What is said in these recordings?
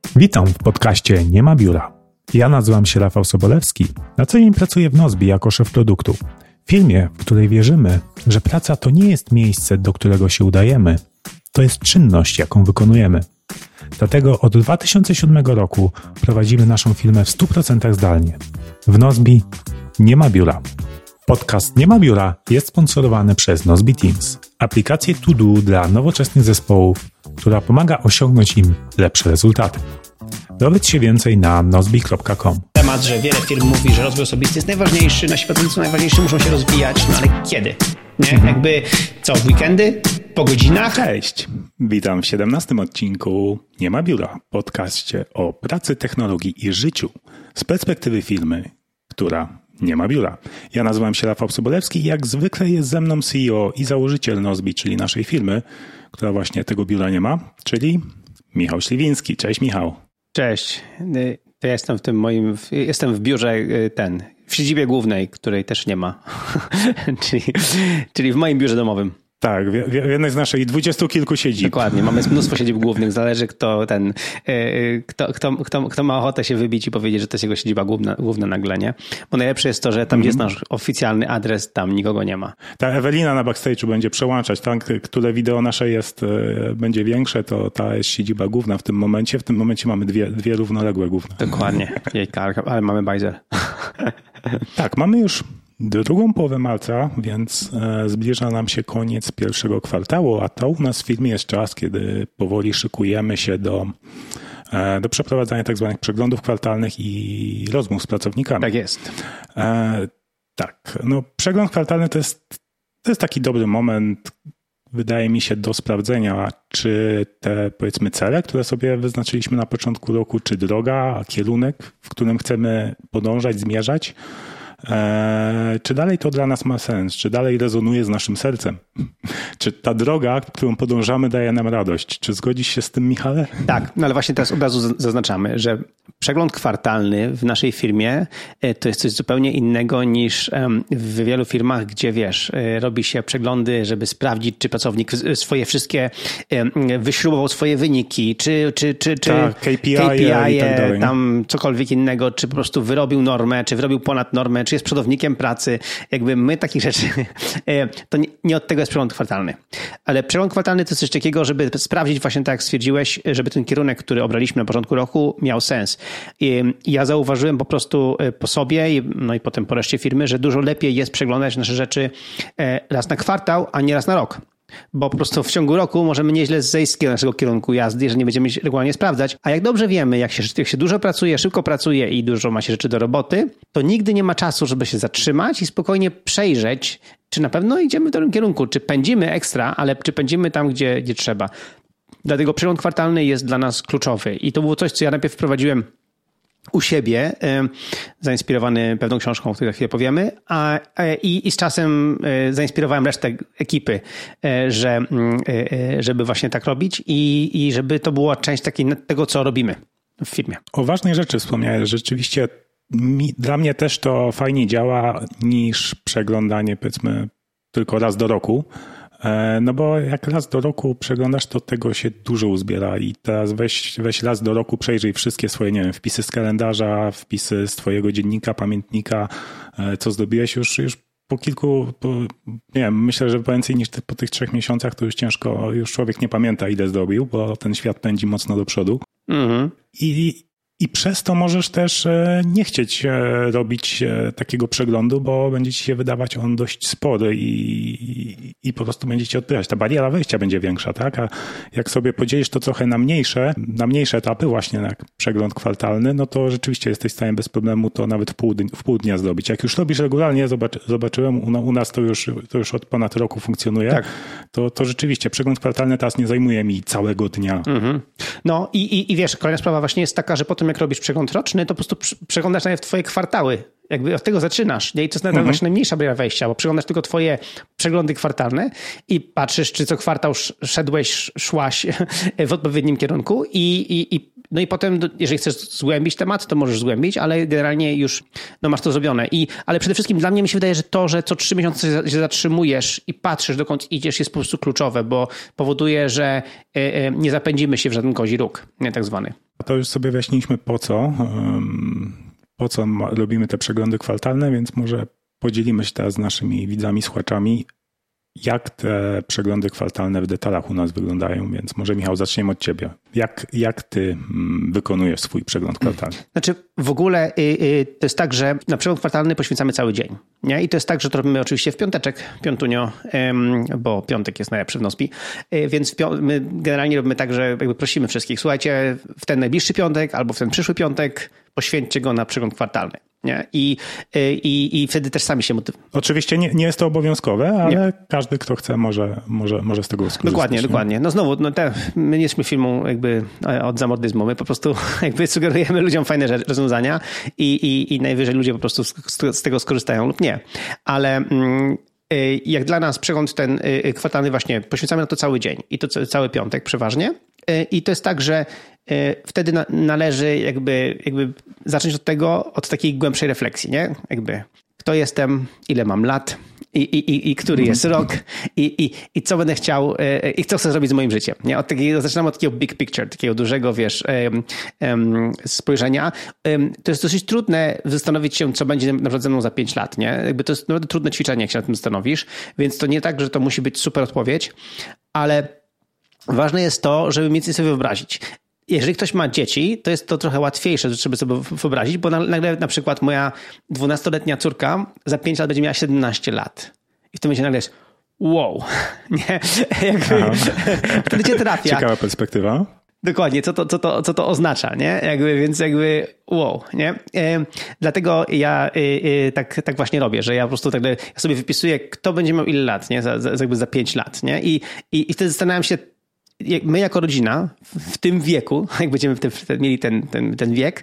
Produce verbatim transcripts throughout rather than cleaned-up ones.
Witam w podcaście Nie ma biura. Ja nazywam się Rafał Sobolewski. Na co dzień pracuję w Nozbi jako szef produktu. Firmie, w której wierzymy, że praca to nie jest miejsce, do którego się udajemy. To jest czynność, jaką wykonujemy. Dlatego od dwa tysiące siódmego roku prowadzimy naszą firmę w stu procentach zdalnie. W Nozbi nie ma biura. Podcast Nie ma biura jest sponsorowany przez Nozbi Teams, aplikację to do dla nowoczesnych zespołów, która pomaga osiągnąć im lepsze rezultaty. Dowiedz się więcej na nozbi kropka com. Temat, że wiele firm mówi, że rozwój osobisty jest najważniejszy, nasi pracownicy najważniejsi, muszą się rozwijać, no ale kiedy? Nie? Mhm. Jakby co, w weekendy? Po godzinach? Cześć! Witam w siedemnastym odcinku Nie ma biura, podcaście o pracy, technologii i życiu z perspektywy firmy, która nie ma biura. Ja nazywam się Rafał Sobolewski i jak zwykle jest ze mną C E O i założyciel Nozbi, czyli naszej firmy, która właśnie tego biura nie ma, czyli Michał Śliwiński. Cześć Michał. Cześć. To ja jestem w tym moim, jestem w biurze ten, w siedzibie głównej, której też nie ma. czyli, czyli w moim biurze domowym. Tak, w, w jednej z naszych dwudziestu kilku siedzib. Dokładnie, mamy mnóstwo siedzib głównych, zależy kto ten, kto, kto, kto, kto ma ochotę się wybić i powiedzieć, że to jest jego siedziba główna, główna nagle, nie? Bo najlepsze jest to, że tam, mm. gdzie jest nasz oficjalny adres, tam nikogo nie ma. Ta Ewelina na backstage'u będzie przełączać, tam, które wideo nasze jest, będzie większe, to ta jest siedziba główna w tym momencie. W tym momencie mamy dwie, dwie równoległe główne. Dokładnie, jejka, ale mamy bajzel. Tak, mamy już drugą połowę marca, więc e, zbliża nam się koniec pierwszego kwartału, a to u nas w firmie jest czas, kiedy powoli szykujemy się do, e, do przeprowadzania tak zwanych przeglądów kwartalnych i rozmów z pracownikami. Tak jest. E, tak, no przegląd kwartalny to jest, to jest taki dobry moment, wydaje mi się, do sprawdzenia, czy te, powiedzmy, cele, które sobie wyznaczyliśmy na początku roku, czy droga, kierunek, w którym chcemy podążać, zmierzać, Eee, czy dalej to dla nas ma sens? Czy dalej rezonuje z naszym sercem? Czy ta droga, którą podążamy, daje nam radość? Czy zgodzisz się z tym, Michale? Tak, no ale właśnie teraz od razu zaznaczamy, że przegląd kwartalny w naszej firmie to jest coś zupełnie innego niż w wielu firmach, gdzie wiesz, robi się przeglądy, żeby sprawdzić, czy pracownik swoje wszystkie wyśrubował swoje wyniki, czy, czy, czy, czy tak, K P I, K P I i tak dalej, tam cokolwiek innego, czy po prostu wyrobił normę, czy wyrobił ponad normę, czy jest przodownikiem pracy. Jakby my takich rzeczy, to nie, nie od tego jest przegląd kwartalny. Ale przegląd kwartalny to jest coś takiego, żeby sprawdzić właśnie tak jak stwierdziłeś, żeby ten kierunek, który obraliśmy na początku roku, miał sens. I ja zauważyłem po prostu po sobie, no i potem po reszcie firmy, że dużo lepiej jest przeglądać nasze rzeczy raz na kwartał, a nie raz na rok. Bo po prostu w ciągu roku możemy nieźle zejść z naszego kierunku jazdy, że nie będziemy regularnie sprawdzać. A jak dobrze wiemy, jak się, jak się dużo pracuje, szybko pracuje i dużo ma się rzeczy do roboty, to nigdy nie ma czasu, żeby się zatrzymać i spokojnie przejrzeć, czy na pewno idziemy w dobrym kierunku, czy pędzimy ekstra, ale czy pędzimy tam, gdzie, gdzie trzeba. Dlatego przegląd kwartalny jest dla nas kluczowy. I to było coś, co ja najpierw wprowadziłem u siebie, zainspirowany pewną książką, o której za chwilę powiemy, a, i, i z czasem zainspirowałem resztę ekipy, że, żeby właśnie tak robić i, i żeby to była część takiej, tego, co robimy w firmie. O ważnej rzeczy wspomniałeś. Rzeczywiście mi, dla mnie też to fajnie działa niż przeglądanie, powiedzmy, tylko raz do roku. No bo jak raz do roku przeglądasz, to tego się dużo uzbiera i teraz weź, weź raz do roku, przejrzyj wszystkie swoje, nie wiem, wpisy z kalendarza, wpisy z twojego dziennika, pamiętnika, co zdobyłeś już, już po kilku, po, nie wiem, myślę, że więcej niż po tych trzech miesiącach to już ciężko, już człowiek nie pamięta, ile zrobił, bo ten świat pędzi mocno do przodu. Mhm. I I przez to możesz też nie chcieć robić takiego przeglądu, bo będzie ci się wydawać on dość spory i, i, i po prostu będzie ci odpychać. Ta bariera wejścia będzie większa, tak? A jak sobie podzielisz to trochę na mniejsze, na mniejsze etapy, właśnie jak przegląd kwartalny, no to rzeczywiście jesteś w stanie bez problemu to nawet w pół, w pół dnia zrobić. Jak już robisz regularnie, zobaczy, zobaczyłem, u, u nas to już, to już od ponad roku funkcjonuje, tak. to, to rzeczywiście przegląd kwartalny teraz nie zajmuje mi całego dnia. Mhm. No i, i, i wiesz, kolejna sprawa właśnie jest taka, że potem jak robisz przegląd roczny, to po prostu przeglądasz najpierw twoje kwartały. Jakby od tego zaczynasz. Nie? I to jest mhm. właśnie najmniejsza bariera wejścia, bo przeglądasz tylko twoje przeglądy kwartalne i patrzysz, czy co kwartał szedłeś, szłaś w odpowiednim kierunku i, i, i No i potem, jeżeli chcesz zgłębić temat, to możesz zgłębić, ale generalnie już no, masz to zrobione. I, ale przede wszystkim dla mnie mi się wydaje, że to, że co trzy miesiące się zatrzymujesz i patrzysz, dokąd idziesz, jest po prostu kluczowe, bo powoduje, że nie zapędzimy się w żaden kozi róg, nie tak zwany. To już sobie wyjaśniliśmy po co, po co robimy te przeglądy kwartalne, więc może podzielimy się teraz z naszymi widzami, słuchaczami, jak te przeglądy kwartalne w detalach u nas wyglądają, więc może Michał zaczniemy od ciebie. Jak, jak ty wykonujesz swój przegląd kwartalny? Znaczy w ogóle y, y, to jest tak, że na przegląd kwartalny poświęcamy cały dzień. Nie? I to jest tak, że to robimy oczywiście w piąteczek, piątunio, ym, bo piątek jest najlepszy w Nospi, y, więc w pią- my generalnie robimy tak, że jakby prosimy wszystkich, słuchajcie, w ten najbliższy piątek albo w ten przyszły piątek poświęćcie go na przegląd kwartalny. Nie? I, i, I wtedy też sami się motywują. Oczywiście nie, nie jest to obowiązkowe, ale nie. Każdy, kto chce, może, może, może z tego skorzystać. Dokładnie, nie? dokładnie. No znowu, no te, my nie jesteśmy firmą jakby od zamordyzmu. My po prostu jakby sugerujemy ludziom fajne rozwiązania i, i, i najwyżej ludzie po prostu z, z tego skorzystają lub nie. Ale mm, jak dla nas przegląd ten kwartalny właśnie poświęcamy na to cały dzień i to cały piątek przeważnie. I to jest tak, że wtedy należy jakby, jakby zacząć od tego, od takiej głębszej refleksji, nie? Jakby kto jestem, ile mam lat i, i, i który jest rok i, i, i co będę chciał i co chcę zrobić z moim życiem. Nie? Od takiego, zaczynamy od takiego big picture, takiego dużego, wiesz, um, um, spojrzenia. Um, to jest dosyć trudne zastanowić się, co będzie na przykład ze mną za pięć lat. Nie? Jakby to jest naprawdę trudne ćwiczenie, jak się nad tym zastanowisz, więc to nie tak, że to musi być super odpowiedź, ale ważne jest to, żeby mieć sobie wyobrazić. Jeżeli ktoś ma dzieci, to jest to trochę łatwiejsze, żeby sobie wyobrazić, bo nagle na przykład moja dwunastoletnia córka za pięć lat będzie miała siedemnaście lat. I w tym momencie nagle jest wow. Nie? Jakby, wtedy cię trafia. Ciekawa perspektywa. Dokładnie, co to, co to, co to oznacza, nie? Jakby, więc jakby wow, nie? E, dlatego ja e, e, tak, tak właśnie robię, że ja po prostu tak, ja sobie wypisuję, kto będzie miał ile lat, nie? Za, za, jakby za pięć lat, nie? I, i, i wtedy zastanawiam się, my jako rodzina w tym wieku, jak będziemy w tym, mieli ten, ten, ten wiek,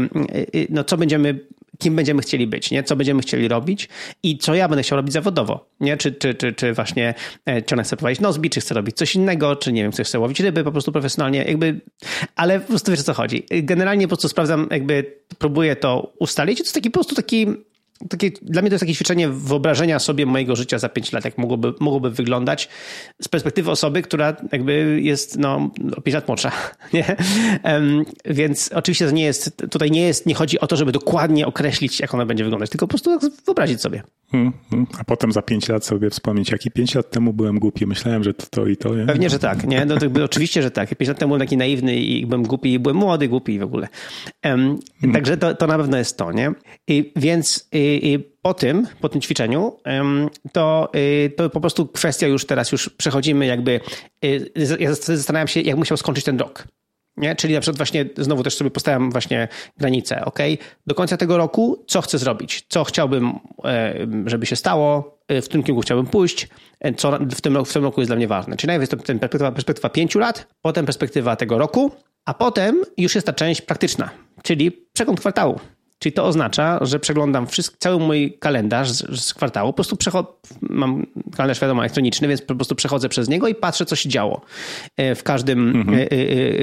no co będziemy, kim będziemy chcieli być, nie? Co będziemy chcieli robić i co ja będę chciał robić zawodowo, nie? Czy, czy, czy, czy właśnie, czy ona chce prowadzić Nozbi, czy chce robić coś innego, czy nie wiem, czy chce łowić ryby po prostu profesjonalnie, jakby, ale po prostu wiesz, o co chodzi. Generalnie po prostu sprawdzam, jakby próbuję to ustalić i to jest taki po prostu taki Takie, dla mnie to jest takie ćwiczenie wyobrażenia sobie mojego życia za pięć lat, jak mogłoby, mogłoby wyglądać z perspektywy osoby, która jakby jest no, o pięć lat młodsza. Nie? Um, więc oczywiście to nie jest, tutaj nie jest, nie chodzi o to, żeby dokładnie określić, jak ona będzie wyglądać, tylko po prostu wyobrazić sobie. Hmm, hmm. A potem za pięć lat sobie wspomnieć, jaki pięć lat temu byłem głupi, myślałem, że to, to i to. Nie? Pewnie, że tak. Nie? No, to jakby, oczywiście, że tak. Pięć lat temu byłem taki naiwny i byłem głupi i byłem młody, głupi i w ogóle. Um, hmm. Także to, to na pewno jest to. Nie? I, więc i, i po tym, po tym ćwiczeniu, um, to, y, to po prostu kwestia już teraz, już przechodzimy jakby, y, ja zastanawiam się, jak musiał skończyć ten rok. Nie? Czyli na przykład właśnie znowu też sobie postawiam właśnie granicę, ok? Do końca tego roku co chcę zrobić? Co chciałbym, żeby się stało? W którym kierunku chciałbym pójść? Co w tym, w tym roku jest dla mnie ważne? Czyli najpierw jest to perspektywa, perspektywa pięciu lat, potem perspektywa tego roku, a potem już jest ta część praktyczna, czyli przegląd kwartału. Czyli to oznacza, że przeglądam wszystko, cały mój kalendarz z, z kwartału. Po prostu przechodzę, mam kalendarz wiadomo elektroniczny, więc po prostu przechodzę przez niego i patrzę, co się działo w każdym, mhm. y, y,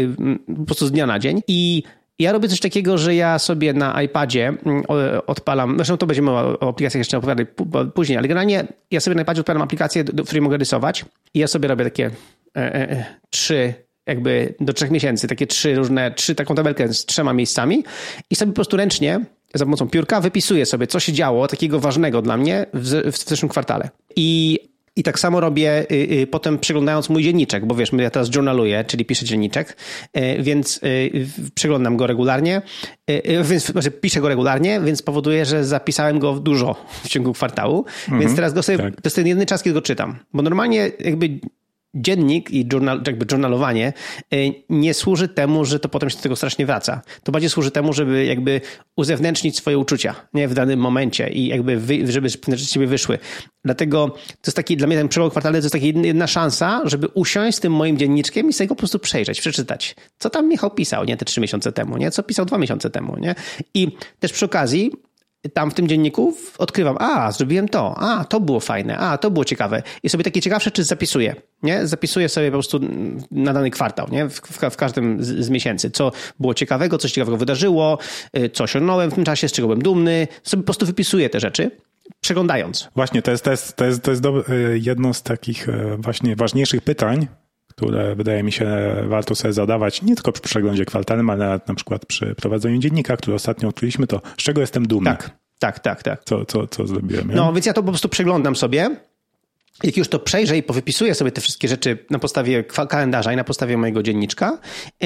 y, po prostu z dnia na dzień. I ja robię coś takiego, że ja sobie na iPadzie odpalam, zresztą to będziemy o, o aplikacjach jeszcze opowiadać później, ale generalnie ja sobie na iPadzie odpalam aplikację, w której mogę rysować i ja sobie robię takie e, e, trzy jakby do trzech miesięcy, takie trzy różne, trzy, taką tabelkę z trzema miejscami i sobie po prostu ręcznie za pomocą piórka wypisuję sobie, co się działo takiego ważnego dla mnie w, w zeszłym kwartale. I, i tak samo robię y, y, potem przeglądając mój dzienniczek, bo wiesz, ja teraz journaluję, czyli piszę dzienniczek, y, więc y, przeglądam go regularnie, y, więc znaczy piszę go regularnie, więc powoduje, że zapisałem go dużo w ciągu kwartału, mhm, więc teraz go sobie, tak. To jest ten jedyny czas, kiedy go czytam, bo normalnie jakby dziennik i journal, jakby journalowanie nie służy temu, że to potem się do tego strasznie wraca. To bardziej służy temu, żeby jakby uzewnętrznić swoje uczucia, nie, w danym momencie i jakby wy, żeby pewne rzeczy z siebie wyszły. Dlatego to jest taki, dla mnie ten przegląd kwartalny to jest taka jedna szansa, żeby usiąść z tym moim dzienniczkiem i sobie go po prostu przejrzeć, przeczytać. Co tam Michał pisał, nie, te trzy miesiące temu, nie? Co pisał dwa miesiące temu, nie? I też przy okazji tam w tym dzienniku odkrywam, a zrobiłem to, a to było fajne, a to było ciekawe i sobie takie ciekawsze rzeczy zapisuję, nie? Zapisuję sobie po prostu na dany kwartał, nie? W, w, w każdym z, z miesięcy, co było ciekawego, coś ciekawego wydarzyło, co osiągnąłem w tym czasie, z czego byłem dumny, sobie po prostu wypisuję te rzeczy, przeglądając. Właśnie, to jest, to jest, to jest, to jest do, jedno z takich właśnie ważniejszych pytań, które wydaje mi się warto sobie zadawać nie tylko przy przeglądzie kwartalnym, ale nawet na przykład przy prowadzeniu dziennika, który ostatnio odkryliśmy, to z czego jestem dumny. Tak, tak, tak. tak. Co, co, co zrobiłem. Ja? No, więc ja to po prostu przeglądam sobie. Jak już to przejrzę i powypisuję sobie te wszystkie rzeczy na podstawie kalendarza i na podstawie mojego dzienniczka,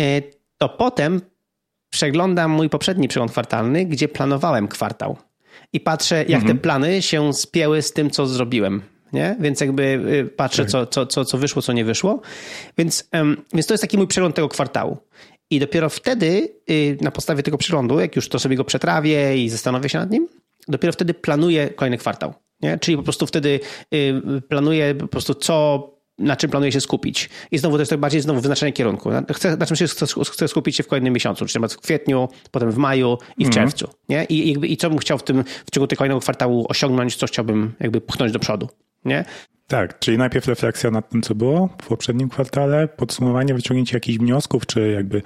to potem przeglądam mój poprzedni przegląd kwartalny, gdzie planowałem kwartał. I patrzę, jak mhm. te plany się spięły z tym, co zrobiłem. Nie? Więc jakby patrzę, tak. co, co, co, co wyszło, co nie wyszło. Więc, um, więc to jest taki mój przegląd tego kwartału. I dopiero wtedy, y, na podstawie tego przeglądu, jak już to sobie go przetrawię i zastanowię się nad nim, dopiero wtedy planuję kolejny kwartał. Nie? Czyli po prostu wtedy y, planuję po prostu co, na czym planuję się skupić. I znowu to jest tak bardziej znowu wyznaczenie kierunku. Chcę, na czym się chcę, chcę skupić się w kolejnym miesiącu, czyli na przykład w kwietniu, potem w maju i w mm. czerwcu. Nie? I, jakby, I co bym chciał w tym w ciągu tego kolejnego kwartału osiągnąć, co chciałbym jakby pchnąć do przodu. Nie? Tak, czyli najpierw refleksja nad tym, co było w poprzednim kwartale, podsumowanie, wyciągnięcie jakichś wniosków, czy jakby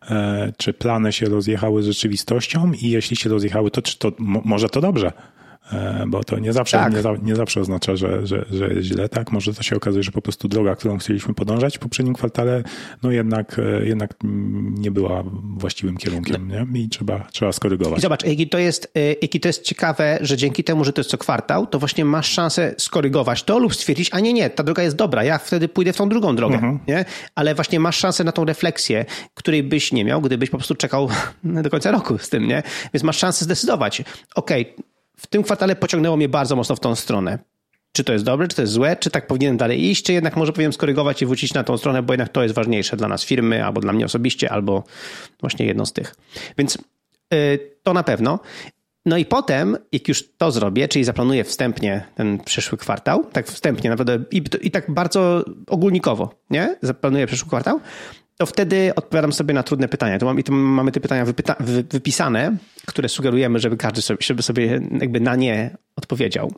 e, czy plany się rozjechały z rzeczywistością i jeśli się rozjechały, to czy to mo, może to dobrze, e, bo to nie zawsze, tak. nie, za, nie zawsze oznacza, że, że, że jest źle, tak? Może to się okazuje, że po prostu droga, którą chcieliśmy podążać w poprzednim kwartale, no jednak, e, jednak nie była właściwym kierunkiem, no. nie? I trzeba, trzeba skorygować. I zobacz, jaki to jest, jaki to jest ciekawe, że dzięki temu, że to jest co kwartał, to właśnie masz szansę skorygować to lub stwierdzić, a nie, nie, ta droga jest dobra, ja wtedy pójdę w tą drugą drogę, mhm. nie? Ale właśnie masz szansę na tą refleksję, której byś nie miał, gdybyś po prostu czekał do końca roku z tym, nie? Więc masz szansę zdecydować, okej, okay, w tym kwartale pociągnęło mnie bardzo mocno w tą stronę. Czy to jest dobre, czy to jest złe, czy tak powinienem dalej iść, czy jednak może powinienem skorygować i wrócić na tą stronę, bo jednak to jest ważniejsze dla nas firmy, albo dla mnie osobiście, albo właśnie jedno z tych. Więc yy, to na pewno. No i potem, jak już to zrobię, czyli zaplanuję wstępnie ten przyszły kwartał, tak wstępnie naprawdę i, i tak bardzo ogólnikowo, nie? Zaplanuję przyszły kwartał, to wtedy odpowiadam sobie na trudne pytania. Tu mam, i tu mamy te pytania wypyta, wy, wypisane, które sugerujemy, żeby każdy sobie, żeby sobie jakby na nie odpowiedział.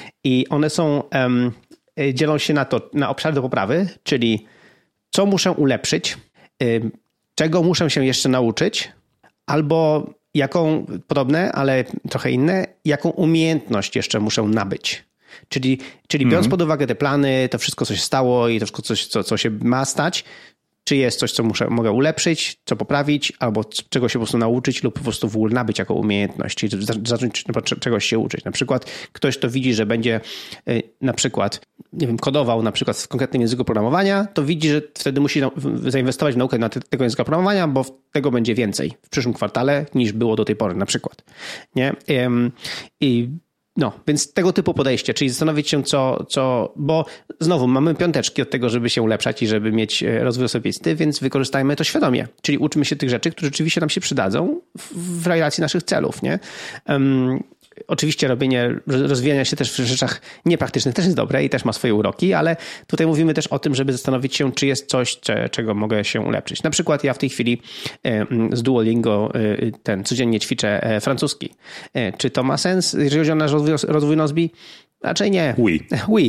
I one są, um, dzielą się na to, na obszary do poprawy, czyli co muszę ulepszyć, um, czego muszę się jeszcze nauczyć, albo jaką, podobne, ale trochę inne, jaką umiejętność jeszcze muszę nabyć. Czyli, czyli biorąc mm. pod uwagę te plany, to wszystko, co się stało i to wszystko, coś, co, co się ma stać, czy jest coś, co muszę, mogę ulepszyć, co poprawić, albo czego się po prostu nauczyć lub po prostu w ogóle nabyć jako umiejętność, czyli zacząć czegoś się uczyć. Na przykład ktoś, kto widzi, że będzie na przykład, nie wiem, kodował na przykład w konkretnym języku programowania, to widzi, że wtedy musi zainwestować w naukę na tego języka programowania, bo tego będzie więcej w przyszłym kwartale niż było do tej pory na przykład. Nie? I no, więc tego typu podejście, czyli zastanowić się co, co, bo znowu mamy piąteczki od tego, żeby się ulepszać i żeby mieć rozwój osobisty, więc wykorzystajmy to świadomie. Czyli uczmy się tych rzeczy, które rzeczywiście nam się przydadzą w, w realizacji naszych celów, nie? Um, Oczywiście robienie, rozwijanie się też w rzeczach niepraktycznych też jest dobre i też ma swoje uroki, ale tutaj mówimy też o tym, żeby zastanowić się, czy jest coś, czego mogę się ulepszyć. Na przykład ja w tej chwili z Duolingo ten codziennie ćwiczę francuski. Czy to ma sens, jeżeli chodzi o nasz rozwój, rozwój Nozbi? Raczej nie. Oui. Oui.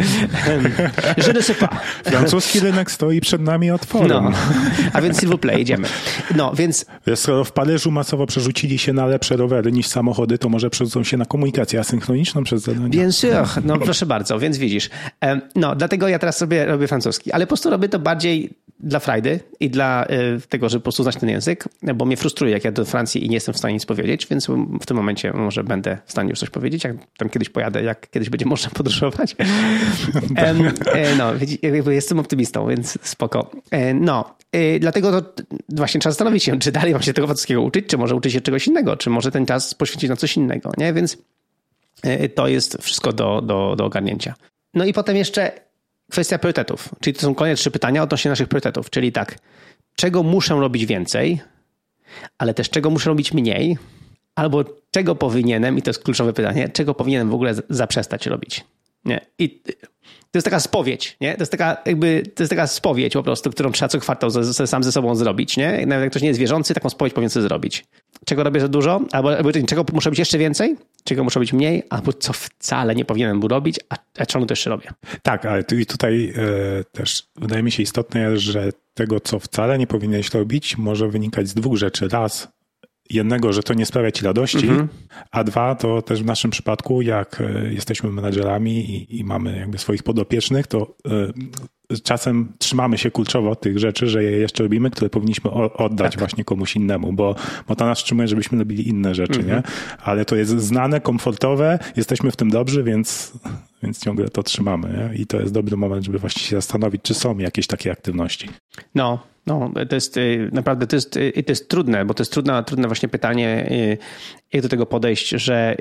Je ne sais pas. Francuski rynek stoi przed nami otworem. No. A więc s'il vous plaît, idziemy. No, więc... Skoro w Paryżu masowo przerzucili się na lepsze rowery niż samochody, to może przerzucą się na komunikację asynchroniczną przez zadania. Bien sûr. No proszę bardzo, więc widzisz. No, dlatego ja teraz sobie robię francuski, ale po prostu robię to bardziej dla frajdy i dla tego, żeby po prostu znać ten język, bo mnie frustruje, jak ja do Francji i nie jestem w stanie nic powiedzieć, więc w tym momencie może będę w stanie już coś powiedzieć, jak tam kiedyś pojadę, jak kiedyś będzie można podróżować. um, no, jakby jestem optymistą, więc spoko. No, dlatego to właśnie trzeba zastanowić się, czy dalej mam się tego francuskiego uczyć, czy może uczyć się czegoś innego, czy może ten czas poświęcić na coś innego, nie? Więc to jest wszystko do, do, do ogarnięcia. No i potem jeszcze kwestia priorytetów, czyli to są kolejne trzy pytania odnośnie naszych priorytetów, czyli tak, czego muszę robić więcej, ale też czego muszę robić mniej, albo czego powinienem, i to jest kluczowe pytanie, czego powinienem w ogóle zaprzestać robić. Nie? I to jest taka spowiedź, nie? To jest taka jakby, to jest taka spowiedź po prostu, którą trzeba co kwartał z, z, sam ze sobą zrobić, nie? Nawet jak ktoś nie jest wierzący, taką spowiedź powinien sobie zrobić. Czego robię za dużo? Albo, albo czego muszę robić jeszcze więcej? Czego muszę robić mniej? Albo co wcale nie powinienem był robić, a, a czemu to jeszcze robię? Tak, ale tu, i tutaj e, też wydaje mi się istotne, że tego, co wcale nie powinieneś robić, może wynikać z dwóch rzeczy. Raz, jednego, że to nie sprawia ci radości, mm-hmm. a dwa, to też w naszym przypadku, jak jesteśmy menadżerami i, i mamy jakby swoich podopiecznych, to y, czasem trzymamy się kurczowo tych rzeczy, że je jeszcze robimy, które powinniśmy oddać tak. właśnie komuś innemu, bo, bo to nas wstrzymuje, żebyśmy robili inne rzeczy, mm-hmm. nie? Ale to jest znane, komfortowe, jesteśmy w tym dobrzy, więc, więc ciągle to trzymamy, nie? I to jest dobry moment, żeby właśnie się zastanowić, czy są jakieś takie aktywności. No, no, to jest naprawdę, to jest, to jest trudne, bo to jest trudne, trudne właśnie pytanie, jak do tego podejść, że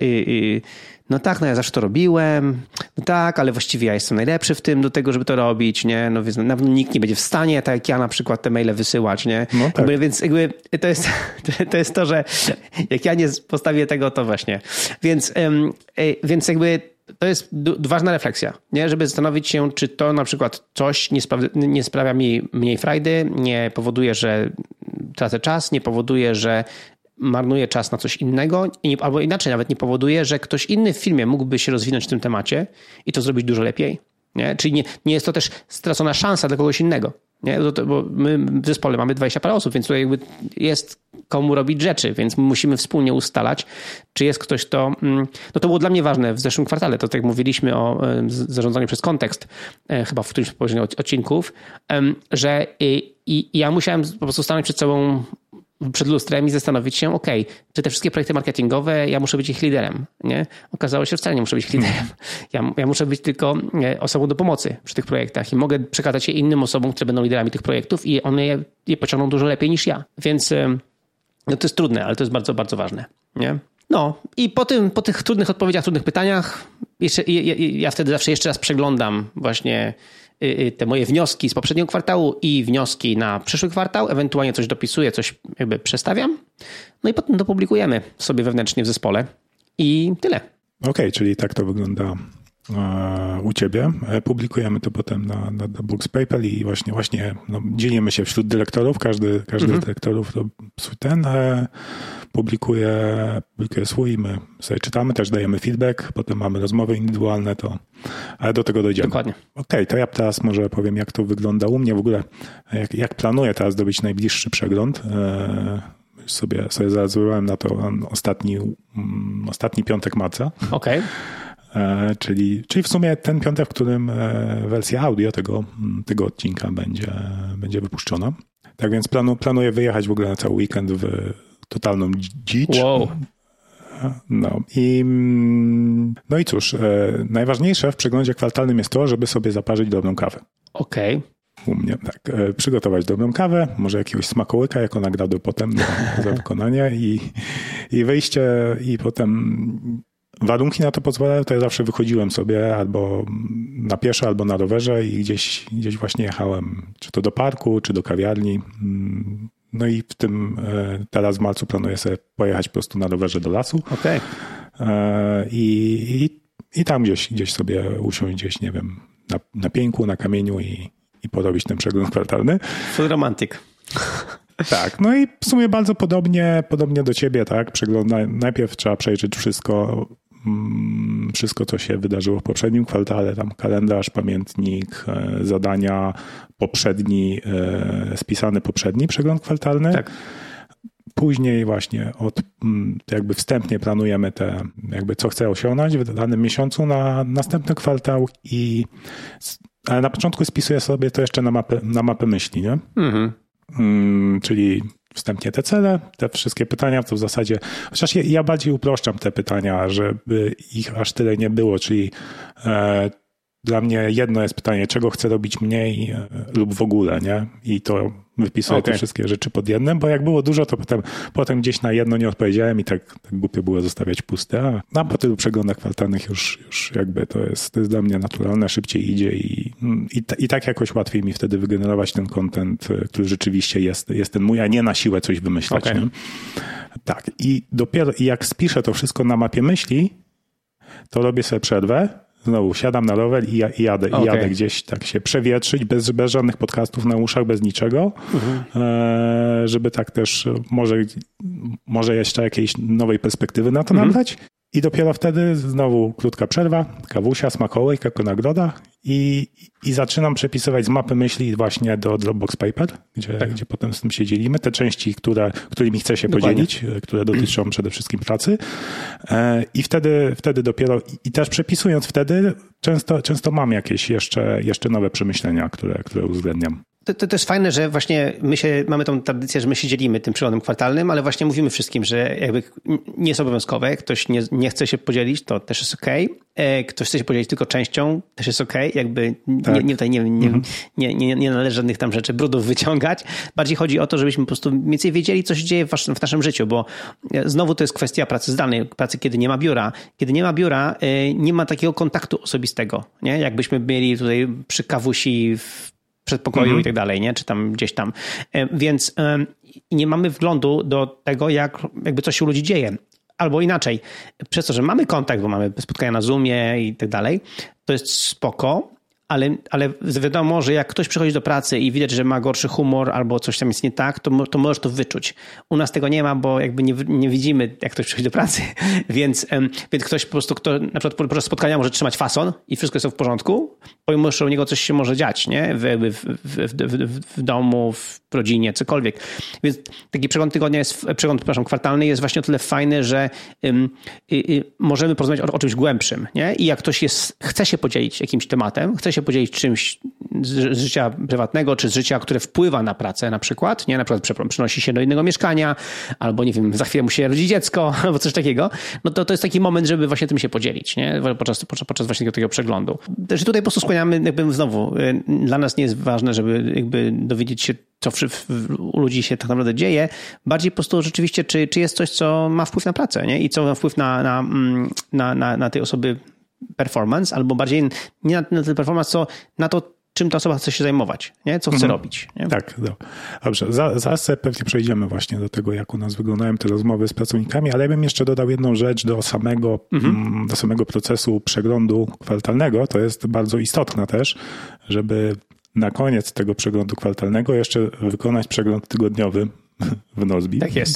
no tak, no ja zawsze to robiłem, no tak, ale właściwie ja jestem najlepszy w tym do tego, żeby to robić, nie, no więc na pewno nikt nie będzie w stanie, tak jak ja na przykład te maile wysyłać, nie, no tak. jakby, więc jakby to jest, to jest to, że jak ja nie postawię tego, to właśnie, więc, więc jakby to jest ważna refleksja, nie? Żeby zastanowić się, czy to na przykład coś nie, spra- nie sprawia mi mniej frajdy, nie powoduje, że tracę czas, nie powoduje, że marnuję czas na coś innego, albo inaczej nawet nie powoduje, że ktoś inny w firmie mógłby się rozwinąć w tym temacie i to zrobić dużo lepiej. Nie? Czyli nie, nie jest to też stracona szansa dla kogoś innego. Nie? Bo my w zespole mamy dwadzieścia parę osób, więc tutaj jakby jest komu robić rzeczy, więc musimy wspólnie ustalać, czy jest ktoś, kto... No to było dla mnie ważne w zeszłym kwartale, to tak jak mówiliśmy o zarządzaniu przez kontekst, chyba w którymś z poprzednich odcinków, że i, i ja musiałem po prostu stanąć przed sobą przed lustrem i zastanowić się, ok, czy te wszystkie projekty marketingowe, ja muszę być ich liderem, nie? Okazało się, że wcale nie muszę być ich liderem. Ja, ja muszę być tylko osobą do pomocy przy tych projektach i mogę przekazać je innym osobom, które będą liderami tych projektów i one je, je pociągną dużo lepiej niż ja. Więc no to jest trudne, ale to jest bardzo, bardzo ważne, nie? No i po, tym, po tych trudnych odpowiedziach, trudnych pytaniach, jeszcze, ja, ja wtedy zawsze jeszcze raz przeglądam właśnie te moje wnioski z poprzedniego kwartału i wnioski na przyszły kwartał, ewentualnie coś dopisuję, coś jakby przestawiam, no i potem to publikujemy sobie wewnętrznie w zespole i tyle. Okej, okay, czyli tak to wygląda u ciebie. Publikujemy to potem na, na, na Books PayPal i właśnie, właśnie no, dzielimy się wśród dyrektorów, każdy, każdy mhm. z dyrektorów to ten e, publikuje, publikuje swój i my sobie czytamy, też dajemy feedback, potem mamy rozmowy indywidualne, to, ale do tego dojdziemy. Dokładnie. Okej, okay, to ja teraz może powiem, jak to wygląda u mnie w ogóle, jak, jak planuję teraz zrobić najbliższy przegląd. E, sobie, sobie zarazem na to ostatni, um, ostatni piątek marca. Okej. Okay. Czyli, czyli w sumie ten piątek, w którym wersja audio tego, tego odcinka będzie, będzie wypuszczona. Tak więc planu, planuję wyjechać w ogóle na cały weekend w totalną dzicz. Wow. No i, no i cóż, najważniejsze w przeglądzie kwartalnym jest to, żeby sobie zaparzyć dobrą kawę. Okej. Okay. U mnie tak. Przygotować dobrą kawę, może jakiegoś smakołyka jako nagrodę potem za wykonanie i, i wyjście i potem... Warunki na to pozwalają, to ja zawsze wychodziłem sobie albo na pieszo, albo na rowerze i gdzieś, gdzieś właśnie jechałem, czy to do parku, czy do kawiarni. No i w tym teraz w marcu planuję sobie pojechać po prostu na rowerze do lasu. Okej. Okay. I, i, i tam gdzieś, gdzieś sobie usiąść, gdzieś, nie wiem, na, na pieńku, na kamieniu i, i porobić ten przegląd kwartalny. Full romantic. Tak, no i w sumie bardzo podobnie, podobnie do ciebie, tak? Przegląda, najpierw trzeba przejrzeć wszystko, wszystko, co się wydarzyło w poprzednim kwartale, tam kalendarz, pamiętnik, zadania, poprzedni, spisany poprzedni przegląd kwartalny. Tak. Później właśnie od, jakby wstępnie planujemy te, jakby co chcę osiągnąć w danym miesiącu na następny kwartał i ale na początku spisuję sobie to jeszcze na mapę, na mapę myśli, nie? Mhm. Hmm, czyli wstępnie te cele, te wszystkie pytania, to w zasadzie, chociaż ja, ja bardziej uproszczam te pytania, żeby ich aż tyle nie było, czyli e, dla mnie jedno jest pytanie, czego chcę robić mniej e, lub w ogóle, nie? I to wypisuję okay. te wszystkie rzeczy pod jednym, bo jak było dużo, to potem, potem gdzieś na jedno nie odpowiedziałem i tak, tak głupio było zostawiać puste, a, a po tylu przeglądach kwartalnych już, już jakby to jest, to jest dla mnie naturalne, szybciej idzie i, i, i tak jakoś łatwiej mi wtedy wygenerować ten content, który rzeczywiście jest, jest ten mój, a nie na siłę coś wymyślać. Okay. Nie? Tak i dopiero jak spiszę to wszystko na mapie myśli, to robię sobie przerwę, znowu siadam na rower i, i, jadę, okay. i jadę gdzieś tak się przewietrzyć, bez, bez żadnych podcastów na uszach, bez niczego, mhm. e, żeby tak też może, może jeszcze jakiejś nowej perspektywy na to mhm. nabrać. I dopiero wtedy znowu krótka przerwa, kawusia, smakołyk jako nagroda i, i zaczynam przepisywać z mapy myśli właśnie do Dropbox Paper, gdzie, tak. gdzie potem z tym się dzielimy. Te części, które, którymi chcę się Dokładnie. podzielić, które dotyczą przede wszystkim pracy. I wtedy, wtedy dopiero, i też przepisując wtedy, często, często mam jakieś jeszcze, jeszcze nowe przemyślenia, które, które uwzględniam. To, to, to jest fajne, że właśnie my się, mamy tą tradycję, że my się dzielimy tym przeglądem kwartalnym, ale właśnie mówimy wszystkim, że jakby nie jest obowiązkowe, ktoś nie, nie chce się podzielić, to też jest okej. Okay. Ktoś chce się podzielić tylko częścią, też jest okej. Okay. Jakby tak. nie, nie, tutaj nie, nie, mhm. nie, nie, nie należy żadnych tam rzeczy, brudów wyciągać. Bardziej chodzi o to, żebyśmy po prostu mniej więcej wiedzieli, co się dzieje w, was, w naszym życiu, bo znowu to jest kwestia pracy zdalnej, pracy, kiedy nie ma biura. Kiedy nie ma biura, nie ma takiego kontaktu osobistego, nie? Jakbyśmy mieli tutaj przy kawusi w przedpokoju mhm. i tak dalej, nie? Czy tam gdzieś tam. Więc nie mamy wglądu do tego, jak jakby coś się u ludzi dzieje. Albo inaczej, przez to, że mamy kontakt, bo mamy spotkania na Zoomie i tak dalej, to jest spoko, ale, ale wiadomo, że jak ktoś przychodzi do pracy i widać, że ma gorszy humor albo coś tam jest nie tak, to, to możesz to wyczuć. U nas tego nie ma, bo jakby nie, nie widzimy, jak ktoś przychodzi do pracy, więc, więc ktoś po prostu, kto na przykład podczas spotkania może trzymać fason i wszystko jest w porządku, pomimo, że u niego coś się może dziać, nie? W, w, w, w, w domu, w rodzinie, cokolwiek. Więc taki przegląd tygodnia jest, przegląd, przepraszam, kwartalny jest właśnie o tyle fajny, że um, y, y, możemy porozmawiać o, o czymś głębszym, nie? I jak ktoś jest, chce się podzielić jakimś tematem, chce się podzielić czymś z, z życia prywatnego, czy z życia, które wpływa na pracę na przykład, nie? Na przykład przenosi się do innego mieszkania, albo nie wiem, za chwilę musi rodzi dziecko, albo coś takiego, no to to jest taki moment, żeby właśnie tym się podzielić, nie? Podczas, podczas, podczas właśnie tego, tego przeglądu. Też tutaj po prostu skłaniamy, jakby znowu, dla nas nie jest ważne, żeby jakby dowiedzieć się, co w, w, u ludzi się tak naprawdę dzieje, bardziej po prostu rzeczywiście, czy, czy jest coś, co ma wpływ na pracę, nie? I co ma wpływ na, na, na, na, na tej osoby performance, albo bardziej nie na, na ten performance, co na to, czym ta osoba chce się zajmować, nie? Co chce mhm. robić. Nie? Tak, no. Dobrze. Zaraz pewnie przejdziemy właśnie do tego, jak u nas wyglądają te rozmowy z pracownikami, ale ja bym jeszcze dodał jedną rzecz do samego, mhm. do samego procesu przeglądu kwartalnego. To jest bardzo istotne też, żeby na koniec tego przeglądu kwartalnego jeszcze wykonać przegląd tygodniowy w Nozbi. Tak jest.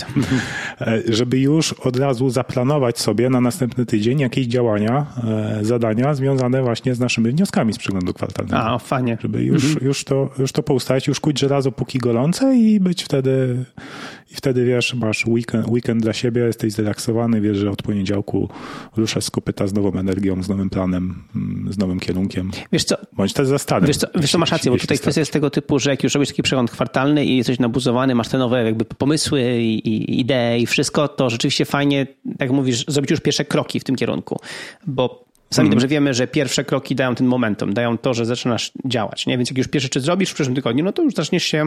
Żeby już od razu zaplanować sobie na następny tydzień jakieś działania, zadania związane właśnie z naszymi wnioskami z przeglądu kwartalnego. A, fajnie. Żeby już, mhm. już, to, już to poustawić, już kuć żelazo póki gorące i być wtedy, i wtedy wiesz, masz weekend, weekend dla siebie, jesteś zrelaksowany, wiesz, że od poniedziałku ruszasz z kopyta z nową energią, z nowym planem, z nowym kierunkiem. Wiesz co? Bądź też za starym. Wiesz co, wiesz co masz rację, bo tutaj kwestia jest tego typu, że jak już robisz taki przegląd kwartalny i jesteś nabuzowany, masz te nowe jakby pomysły i, i idee i wszystko, to rzeczywiście fajnie, jak mówisz, zrobić już pierwsze kroki w tym kierunku, bo sami mm. dobrze wiemy, że pierwsze kroki dają ten momentum, dają to, że zaczynasz działać, nie? Więc jak już pierwsze czy zrobisz w przyszłym tygodniu, no to już zaczniesz się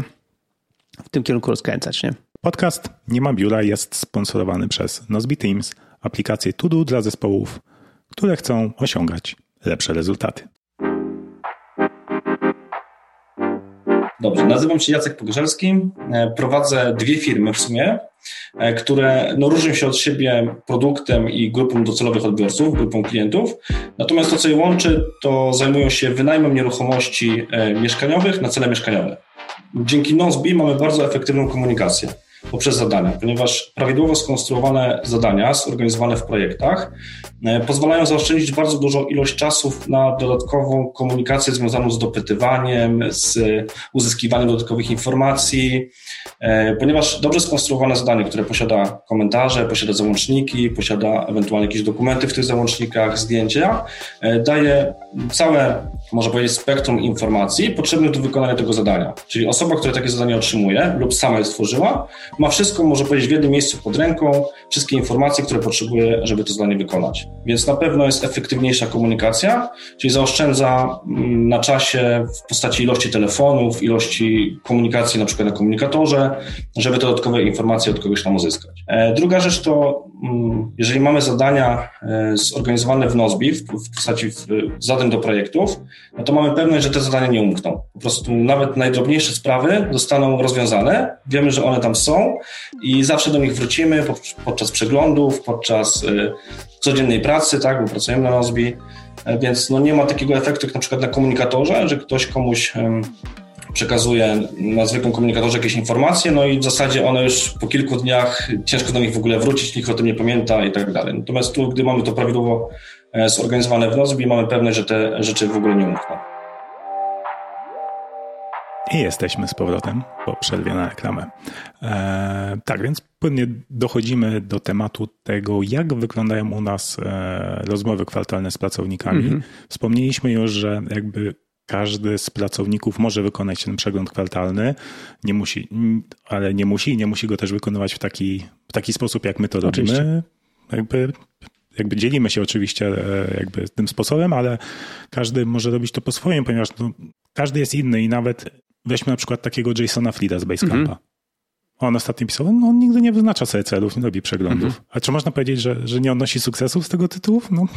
w tym kierunku rozkręcać, nie? Podcast Nie ma biura jest sponsorowany przez Nozbe Teams, aplikację To Do dla zespołów, które chcą osiągać lepsze rezultaty. Dobrze, nazywam się Jacek Pogorzelski, prowadzę dwie firmy w sumie, które no, różnią się od siebie produktem i grupą docelowych odbiorców, grupą klientów, natomiast to, co je łączy, to zajmują się wynajmem nieruchomości mieszkaniowych na cele mieszkaniowe. Dzięki Nozbe mamy bardzo efektywną komunikację poprzez zadania, ponieważ prawidłowo skonstruowane zadania zorganizowane w projektach pozwalają zaoszczędzić bardzo dużą ilość czasu na dodatkową komunikację związaną z dopytywaniem, z uzyskiwaniem dodatkowych informacji, ponieważ dobrze skonstruowane zadanie, które posiada komentarze, posiada załączniki, posiada ewentualnie jakieś dokumenty w tych załącznikach, zdjęcia, daje całe, można powiedzieć, spektrum informacji potrzebnych do wykonania tego zadania. Czyli osoba, która takie zadanie otrzymuje lub sama je stworzyła, ma wszystko, może powiedzieć, w jednym miejscu pod ręką, wszystkie informacje, które potrzebuje, żeby to zadanie wykonać. Więc na pewno jest efektywniejsza komunikacja, czyli zaoszczędza na czasie w postaci ilości telefonów, ilości komunikacji na przykład na komunikatorze, żeby te dodatkowe informacje od kogoś tam uzyskać. Druga rzecz to, jeżeli mamy zadania zorganizowane w Nozbe, w postaci zadań do projektów, no to mamy pewność, że te zadania nie umkną. Po prostu nawet najdrobniejsze sprawy zostaną rozwiązane, wiemy, że one tam są i zawsze do nich wrócimy podczas przeglądów, podczas codziennej pracy, tak, bo pracujemy na Nozbe więc no nie ma takiego efektu jak na przykład na komunikatorze, że ktoś komuś przekazuje na zwykłym komunikatorze jakieś informacje, no i w zasadzie one już po kilku dniach ciężko do nich w ogóle wrócić, nikt o tym nie pamięta i tak dalej. Natomiast tu, gdy mamy to prawidłowo zorganizowane w Nozbi, mamy pewność, że te rzeczy w ogóle nie umkną. I jesteśmy z powrotem po przerwie na reklamę. E, tak, więc płynnie dochodzimy do tematu tego, jak wyglądają u nas e, rozmowy kwartalne z pracownikami. Mm-hmm. Wspomnieliśmy już, że jakby każdy z pracowników może wykonać ten przegląd kwartalny, nie musi, ale nie musi i nie musi go też wykonywać w taki, w taki sposób, jak my to oczywiście robimy. Jakby, jakby dzielimy się oczywiście jakby tym sposobem, ale każdy może robić to po swoim, ponieważ no, każdy jest inny i nawet weźmy na przykład takiego Jasona Frieda z Basecampa. Mm-hmm. On ostatnio pisał, no on nigdy nie wyznacza sobie celów, nie robi przeglądów. Mm-hmm. A czy można powiedzieć, że, że nie odnosi sukcesów z tego tytułów? No,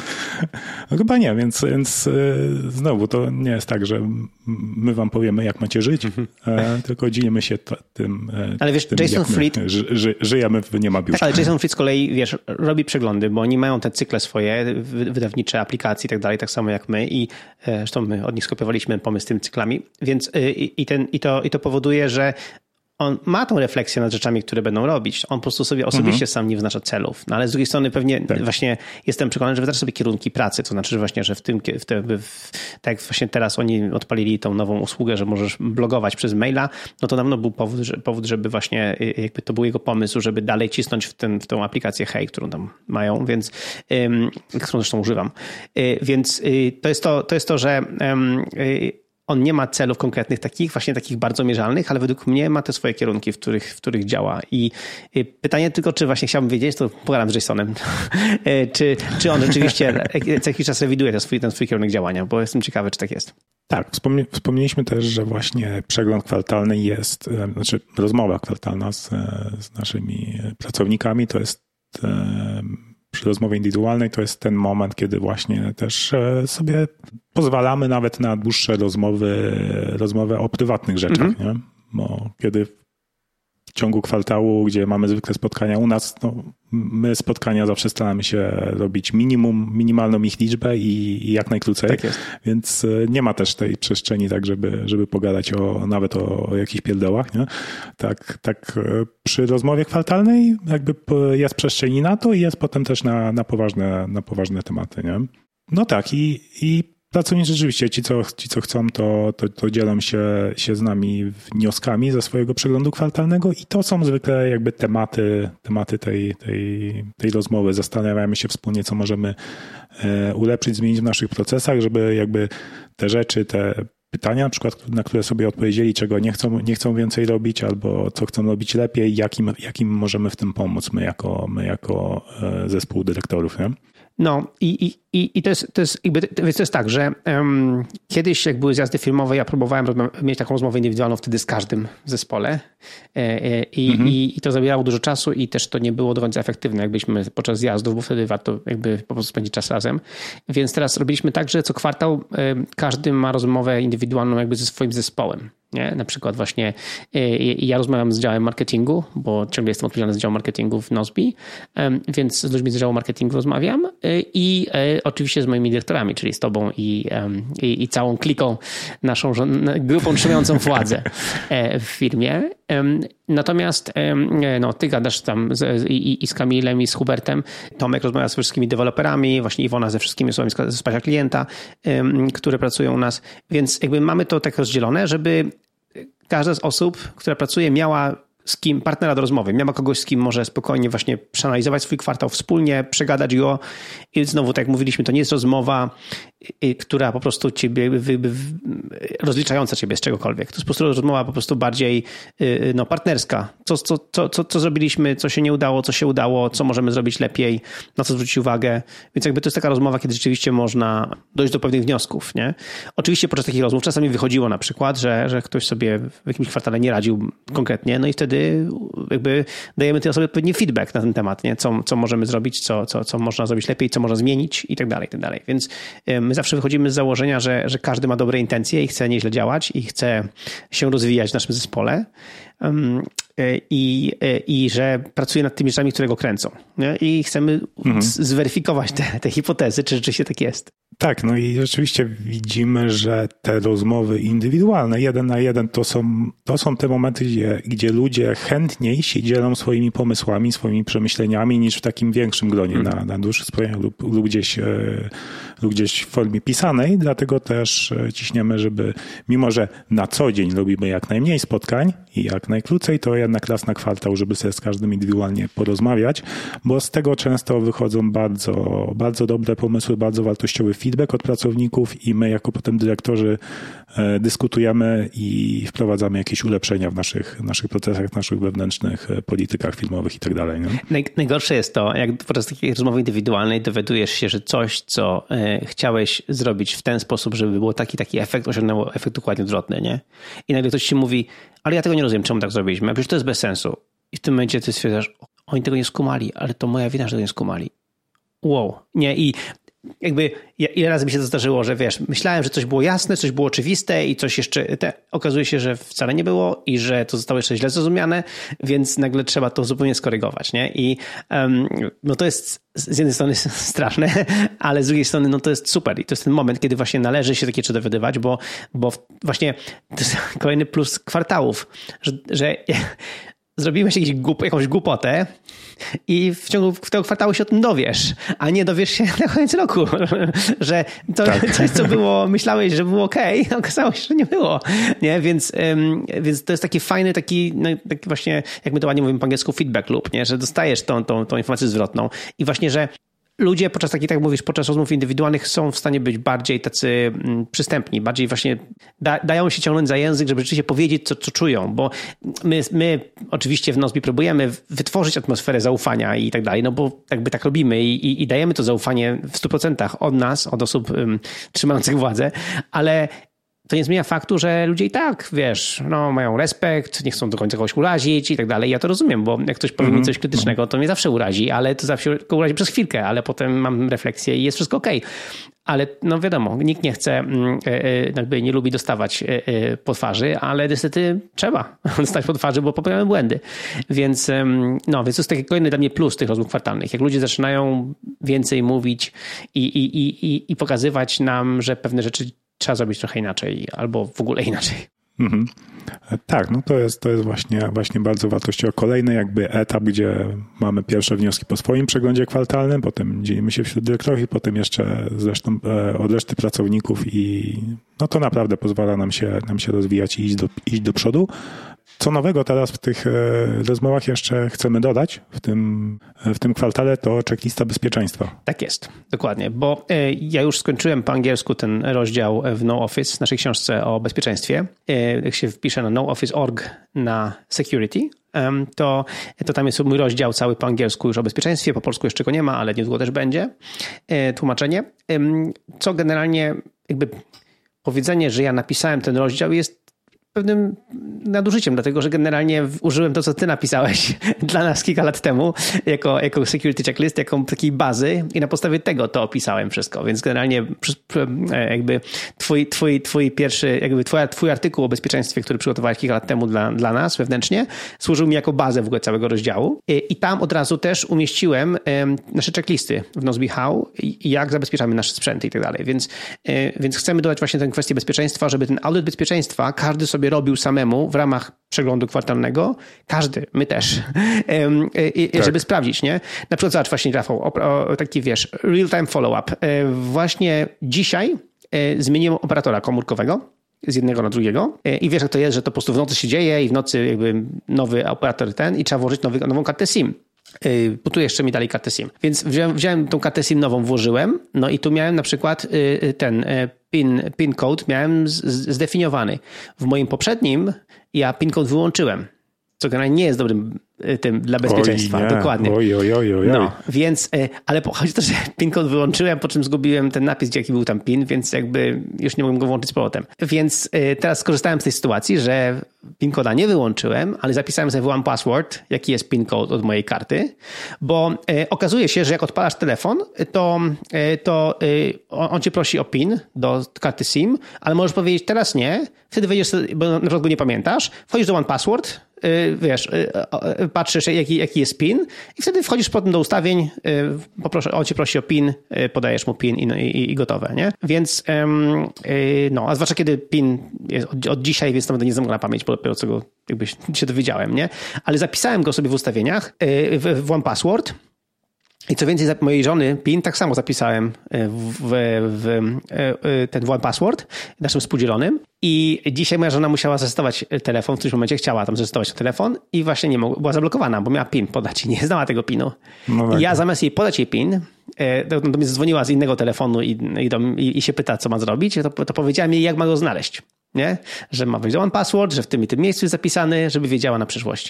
no chyba nie, więc, więc yy, znowu to nie jest tak, że my wam powiemy, jak macie żyć, mm-hmm. e, tylko dzielimy się t- tym, e, ale wiesz, tym Jason Fried, ży, ży, żyjemy w nie ma biurze. Tak, ale Jason Fried z kolei, wiesz, robi przeglądy, bo oni mają te cykle swoje, wydawnicze, aplikacje i tak dalej, tak samo jak my i e, zresztą my od nich skopiowaliśmy pomysł z tymi cyklami, więc yy, i, ten, i, to, i to powoduje, że on ma tą refleksję nad rzeczami, które będą robić. On po prostu sobie osobiście mhm. sam nie wyznacza celów. No ale z drugiej strony pewnie tak. właśnie jestem przekonany, że wyznacza sobie kierunki pracy. To znaczy, że właśnie, że w tym, w te, w, tak jak właśnie teraz oni odpalili tą nową usługę, że możesz blogować przez maila, no to dawno był powód, że, powód, żeby właśnie jakby to był jego pomysł, żeby dalej cisnąć w, ten, w tą aplikację Hey, którą tam mają, więc ym, którą zresztą używam. Yy, więc yy, to jest to, to jest to, że yy, on nie ma celów konkretnych takich, właśnie takich bardzo mierzalnych, ale według mnie ma te swoje kierunki, w których, w których działa. I pytanie tylko, czy właśnie chciałbym wiedzieć, to pogadam z Jasonem, czy, czy on rzeczywiście co jakiś czas rewiduje ten swój, ten swój kierunek działania, bo jestem ciekawy, czy tak jest. Tak, wspomnie, wspomnieliśmy też, że właśnie przegląd kwartalny jest, znaczy rozmowa kwartalna z, z naszymi pracownikami to jest przy rozmowie indywidualnej to jest ten moment, kiedy właśnie też sobie pozwalamy nawet na dłuższe rozmowy, rozmowy o prywatnych rzeczach, mm-hmm. nie? Bo kiedy w ciągu kwartału, gdzie mamy zwykle spotkania u nas, no, my spotkania zawsze staramy się robić minimum, minimalną ich liczbę i, i jak najkrócej, tak jest. Więc nie ma też tej przestrzeni tak, żeby, żeby pogadać o, nawet o, o jakichś pierdołach, nie? Tak, tak przy rozmowie kwartalnej jakby jest przestrzeni na to i jest potem też na, na, poważne, na poważne tematy, nie? No tak i, i pracownicy rzeczywiście, ci co, ci, co chcą, to, to, to dzielą się, się z nami wnioskami ze swojego przeglądu kwartalnego i to są zwykle jakby tematy, tematy tej, tej, tej rozmowy. Zastanawiamy się wspólnie, co możemy ulepszyć, zmienić w naszych procesach, żeby jakby te rzeczy, te pytania, na przykład, na które sobie odpowiedzieli, czego nie chcą, nie chcą więcej robić albo co chcą robić lepiej, jakim, jakim możemy w tym pomóc my jako, my jako zespół dyrektorów, nie? No i, i, i to jest, to jest, jakby, to jest tak, że um, kiedyś jak były zjazdy firmowe, ja próbowałem rozma- mieć taką rozmowę indywidualną wtedy z każdym w zespole e, e, i, mhm. i, i to zabierało dużo czasu i też to nie było do końca efektywne, jakbyśmy podczas zjazdów, bo wtedy warto jakby po prostu spędzić czas razem. Więc teraz robiliśmy tak, że co kwartał e, każdy ma rozmowę indywidualną jakby ze swoim zespołem. Nie? Na przykład właśnie ja rozmawiam z działem marketingu, bo ciągle jestem odpowiedzialny za dział marketingu w Nozbi, więc z ludźmi z działu marketingu rozmawiam i oczywiście z moimi dyrektorami, czyli z tobą i, i, i całą kliką, naszą grupą trzymającą władzę w firmie. Natomiast no, ty gadasz tam z, i, i z Kamilem, i z Hubertem. Tomek rozmawia z wszystkimi deweloperami, właśnie Iwona ze wszystkimi osobami z wsparcia klienta, które pracują u nas. Więc jakby mamy to tak rozdzielone, żeby każda z osób, która pracuje, miała z kim partnera do rozmowy, miała kogoś, z kim może spokojnie właśnie przeanalizować swój kwartał wspólnie, przegadać go i znowu, tak jak mówiliśmy, to nie jest rozmowa, która po prostu ciebie, rozliczająca ciebie z czegokolwiek. To jest po prostu rozmowa po prostu bardziej no, partnerska. Co, co, co, co, co zrobiliśmy, co się nie udało, co się udało, co możemy zrobić lepiej, na co zwrócić uwagę. Więc jakby to jest taka rozmowa, kiedy rzeczywiście można dojść do pewnych wniosków, nie? Oczywiście podczas takich rozmów czasami wychodziło na przykład, że, że ktoś sobie w jakimś kwartale nie radził konkretnie, no i wtedy jakby dajemy tej osobie odpowiedni feedback na ten temat, nie? Co, co możemy zrobić, co, co, co można zrobić lepiej, co można zmienić i tak dalej, i tak dalej. Więc my zawsze wychodzimy z założenia, że, że każdy ma dobre intencje i chce nieźle działać i chce się rozwijać w naszym zespole i, i że pracuje nad tymi rzeczami, które go kręcą. Nie? I chcemy mhm. z- zweryfikować te, te hipotezy, czy rzeczywiście tak jest. Tak, no i rzeczywiście widzimy, że te rozmowy indywidualne, jeden na jeden, to są, to są te momenty, gdzie, gdzie ludzie chętniej się dzielą swoimi pomysłami, swoimi przemyśleniami niż w takim większym gronie hmm. na, na dłuższych spotkaniach lub, lub, gdzieś, lub gdzieś w formie pisanej. Dlatego też ciśniemy, żeby mimo, że na co dzień lubimy jak najmniej spotkań i jak najkrócej, to jednak raz na kwartał, żeby sobie z każdym indywidualnie porozmawiać, bo z tego często wychodzą bardzo, bardzo dobre pomysły, bardzo wartościowy feedback od pracowników i my jako potem dyrektorzy dyskutujemy i wprowadzamy jakieś ulepszenia w naszych, naszych procesach, naszych wewnętrznych politykach filmowych i tak dalej. Naj, najgorsze jest to, jak podczas takiej rozmowy indywidualnej dowiadujesz się, że coś, co e, chciałeś zrobić w ten sposób, żeby było taki taki efekt, osiągnęło efekt dokładnie odwrotny, nie? I nagle ktoś ci mówi, ale ja tego nie rozumiem, czemu tak zrobiliśmy, a przecież to jest bez sensu. I w tym momencie ty stwierdzasz, oni tego nie skumali, ale to moja wina, że tego nie skumali. Wow. Nie? I jakby ile razy mi się to zdarzyło, że wiesz, myślałem, że coś było jasne, coś było oczywiste i coś jeszcze, te, okazuje się, że wcale nie było i że to zostało jeszcze źle zrozumiane, więc nagle trzeba to zupełnie skorygować, nie? I um, no to jest z jednej strony straszne, ale z drugiej strony no to jest super i to jest ten moment, kiedy właśnie należy się takie rzeczy dowiadywać, bo, bo właśnie to jest kolejny plus kwartałów, że, że zrobiłeś jakiś głup, jakąś głupotę i w ciągu tego kwartału się o tym dowiesz, a nie dowiesz się na koniec roku, że to tak. Coś, co było, myślałeś, że było okej, okay, okazało się, że nie było. Nie? Więc, um, więc to jest taki fajny, taki, no, taki właśnie, jak my to ładnie mówimy po angielsku, feedback loop, nie? Że dostajesz tą, tą, tą informację zwrotną i właśnie, że ludzie podczas takich, tak jak mówisz, podczas rozmów indywidualnych są w stanie być bardziej tacy przystępni, bardziej właśnie da, dają się ciągnąć za język, żeby rzeczywiście powiedzieć, co, co czują, bo my, my oczywiście w Nozbi próbujemy wytworzyć atmosferę zaufania i tak dalej, no bo jakby tak robimy i, i, i dajemy to zaufanie w stu procentach od nas, od osób um, trzymających władzę, ale to nie zmienia faktu, że ludzie i tak, wiesz, no mają respekt, nie chcą do końca kogoś urazić i tak dalej. Ja to rozumiem, bo jak ktoś powie mm-hmm. mi coś krytycznego, to mnie zawsze urazi, ale to zawsze go urazi przez chwilkę, ale potem mam refleksję i jest wszystko okej. Okay. Ale no wiadomo, nikt nie chce, jakby nie lubi dostawać po twarzy, ale niestety trzeba dostać po twarzy, bo popełniamy błędy. Więc no, więc to jest taki kolejny dla mnie plus tych rozmów kwartalnych. Jak ludzie zaczynają więcej mówić i, i, i, i pokazywać nam, że pewne rzeczy trzeba zrobić trochę inaczej albo w ogóle inaczej. Mhm. Tak, no to jest, to jest właśnie, właśnie bardzo wartościowe. Kolejny jakby etap, gdzie mamy pierwsze wnioski po swoim przeglądzie kwartalnym, potem dzielimy się wśród dyrektorów, potem jeszcze zresztą od reszty pracowników i no to naprawdę pozwala nam się, nam się rozwijać i iść do, iść do przodu. Co nowego teraz w tych rozmowach jeszcze chcemy dodać w tym, w tym kwartale, to checklista bezpieczeństwa. Tak jest, dokładnie, bo ja już skończyłem po angielsku ten rozdział w No Office w naszej książce o bezpieczeństwie. Jak się wpisze na no office kropka org na security, to, to tam jest mój rozdział cały po angielsku już o bezpieczeństwie, po polsku jeszcze go nie ma, ale niedługo też będzie tłumaczenie. Co generalnie jakby powiedzenie, że ja napisałem ten rozdział jest pewnym nadużyciem, dlatego że generalnie użyłem to, co ty napisałeś dla nas kilka lat temu jako, jako security checklist, jako takiej bazy i na podstawie tego to opisałem wszystko, więc generalnie jakby twój, twój, twój pierwszy, jakby twój, twój artykuł o bezpieczeństwie, który przygotowałeś kilka lat temu dla, dla nas wewnętrznie, służył mi jako bazę w ogóle całego rozdziału i, i tam od razu też umieściłem nasze checklisty w Nozbe How i jak zabezpieczamy nasze sprzęty i tak dalej, więc, więc chcemy dodać właśnie tę kwestię bezpieczeństwa, żeby ten audyt bezpieczeństwa każdy sobie robił samemu w ramach przeglądu kwartalnego, każdy, my też, tak. żeby sprawdzić, nie? Na przykład zobacz właśnie, Rafał, taki wiesz, real-time follow-up. Właśnie dzisiaj zmieniłem operatora komórkowego z jednego na drugiego i wiesz jak to jest, że to po prostu w nocy się dzieje i w nocy jakby nowy operator ten i trzeba włożyć nowy, nową kartę SIM. Bo tu jeszcze mi dali kartę SIM. Więc wziąłem, wziąłem tą kartę SIM nową, włożyłem, no i tu miałem na przykład ten PIN, PIN code miałem zdefiniowany. W moim poprzednim ja PIN code wyłączyłem, co generalnie nie jest dobrym tym dla bezpieczeństwa. Oj, dokładnie. Oj, oj, oj, oj. No, więc, ale chodzi o to, że PIN code wyłączyłem, po czym zgubiłem ten napis, jaki był tam PIN, więc jakby już nie mogłem go włączyć z powrotem. Więc teraz skorzystałem z tej sytuacji, że PIN koda nie wyłączyłem, ale zapisałem sobie w one password, jaki jest PIN code od mojej karty, bo okazuje się, że jak odpalasz telefon, to, to on cię prosi o PIN do karty SIM, ale możesz powiedzieć teraz nie, wtedy wejdziesz, bo na przykład go nie pamiętasz, wchodzisz do one password, wiesz, patrzysz jaki, jaki jest PIN i wtedy wchodzisz potem do ustawień, poproszę, on cię prosi o PIN, podajesz mu PIN i, i, i gotowe, nie? Więc no, a zwłaszcza kiedy PIN jest od, od dzisiaj, więc nawet nie znam go na pamięć, bo dopiero co go jakby się dowiedziałem, nie? Ale zapisałem go sobie w ustawieniach w, w One Password. I co więcej, mojej żony PIN tak samo zapisałem w, w, w ten One Password, naszym współdzielonym. I dzisiaj moja żona musiała zrestować telefon, w którymś momencie chciała tam zrestować telefon i właśnie nie mogła, była zablokowana, bo miała PIN podać i nie znała tego PINu. No tak. I ja zamiast jej podać jej PIN, do, do mnie zadzwoniła z innego telefonu i, i, do, i, i się pyta, co ma zrobić, to, to powiedziałem jej, jak ma go znaleźć. Nie? Że ma wejść One Password, że w tym i tym miejscu jest zapisany, żeby wiedziała na przyszłość.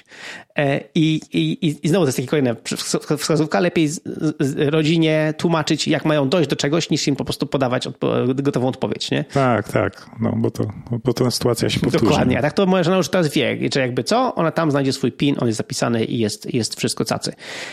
I, i, i znowu to jest takie kolejne wskazówka. Lepiej z, z rodzinie tłumaczyć, jak mają dojść do czegoś, niż im po prostu podawać odpo- gotową odpowiedź. Nie? Tak, tak. No, bo, to, bo to sytuacja się powtórzy. Dokładnie. A tak to moja żona już teraz wie, że jakby co, ona tam znajdzie swój PIN, on jest zapisany i jest, jest wszystko cacy.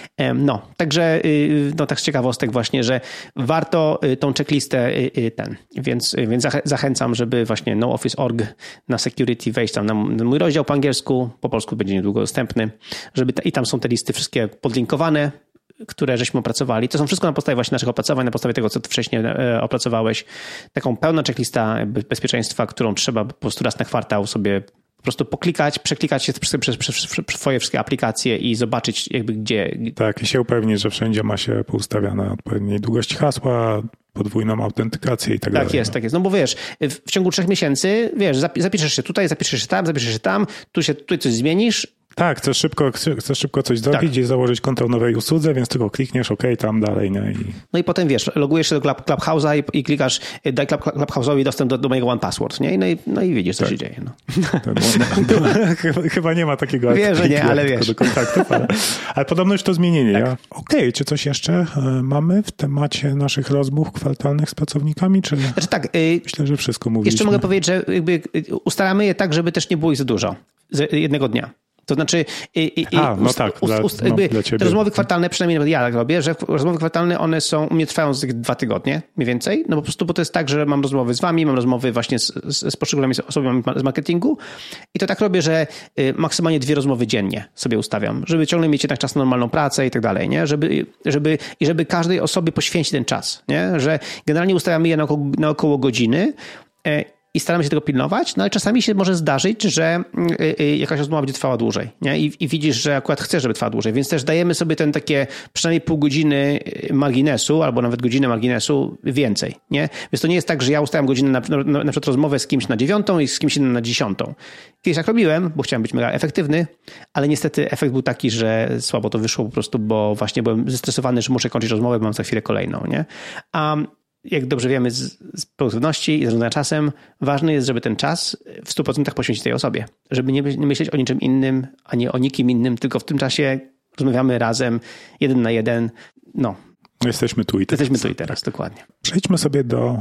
No, także no, tak z ciekawostek właśnie, że warto tą checklistę ten, więc, więc zachęcam, żeby właśnie no office kropka org na security wejść tam na mój rozdział po angielsku, po polsku będzie niedługo dostępny, żeby i tam są te listy wszystkie podlinkowane, które żeśmy opracowali. To są wszystko na podstawie właśnie naszych opracowań, na podstawie tego, co ty wcześniej opracowałeś. Taką pełna checklista bezpieczeństwa, którą trzeba po prostu raz na kwartał sobie po prostu poklikać, przeklikać się przez, przez, przez, przez twoje wszystkie aplikacje i zobaczyć jakby gdzie... Tak, i się upewnić, że wszędzie ma się poustawiane odpowiedniej długości hasła, podwójną autentykację i tak dalej. Tak jest, tak jest. No bo wiesz, w ciągu trzech miesięcy, wiesz, zapiszesz się tutaj, zapiszesz się tam, zapiszesz się tam, tu się tutaj coś zmienisz. Tak, chcesz szybko, chcesz szybko coś zrobić tak. i założyć konto w nowej usłudze, więc tylko klikniesz, OK, tam dalej. No i, no i potem wiesz, logujesz się do Club, Clubhouse'a i, i klikasz, daj Club, Clubhouse'owi dostęp do, do mojego One Password, nie? No i, no i widzisz, co tak. się dzieje. No. To, no, no, chyba, chyba nie ma takiego... Wiem, że nie, ale wiesz. Do kontaktów, ale, ale podobno już to zmienienie. Tak. Ja, Okej, okay, czy coś jeszcze mamy w temacie naszych rozmów kwartalnych z pracownikami? Czy... Znaczy tak. Y, Myślę, że wszystko mówiliśmy. Jeszcze mogę powiedzieć, że jakby ustalamy je tak, żeby też nie było ich za dużo z jednego dnia. To znaczy, i, i, A, no ust, tak, ust, ust, no, jakby te rozmowy kwartalne, przynajmniej ja tak robię, że rozmowy kwartalne, one są, u mnie trwają z dwa tygodnie, mniej więcej, no po prostu, bo to jest tak, że mam rozmowy z wami, mam rozmowy właśnie z, z, z poszczególnymi osobami z marketingu i to tak robię, że maksymalnie dwie rozmowy dziennie sobie ustawiam, żeby ciągle mieć jednak czas na normalną pracę i tak dalej, nie? Żeby, żeby, i żeby każdej osobie poświęcić ten czas, nie? Że generalnie ustawiamy je na około, na około godziny, i staramy się tego pilnować, no ale czasami się może zdarzyć, że jakaś rozmowa będzie trwała dłużej, nie? I, i widzisz, że akurat chcesz, żeby trwała dłużej, więc też dajemy sobie ten takie przynajmniej pół godziny marginesu, albo nawet godzinę marginesu więcej, nie? Więc to nie jest tak, że ja ustawiam godzinę na, na, na przykład rozmowę z kimś na dziewiątą i z kimś innym na dziesiątą. Kiedyś tak robiłem, bo chciałem być mega efektywny, ale niestety efekt był taki, że słabo to wyszło po prostu, bo właśnie byłem zestresowany, że muszę kończyć rozmowę, bo mam za chwilę kolejną, nie? A jak dobrze wiemy z, z produktywności i zarządzania czasem, ważne jest, żeby ten czas w stu procentach poświęcić tej osobie. Żeby nie, nie myśleć o niczym innym, a nie o nikim innym, tylko w tym czasie rozmawiamy razem, jeden na jeden. No. Jesteśmy tu i teraz. Jesteśmy tu i teraz, dokładnie. Przejdźmy sobie do,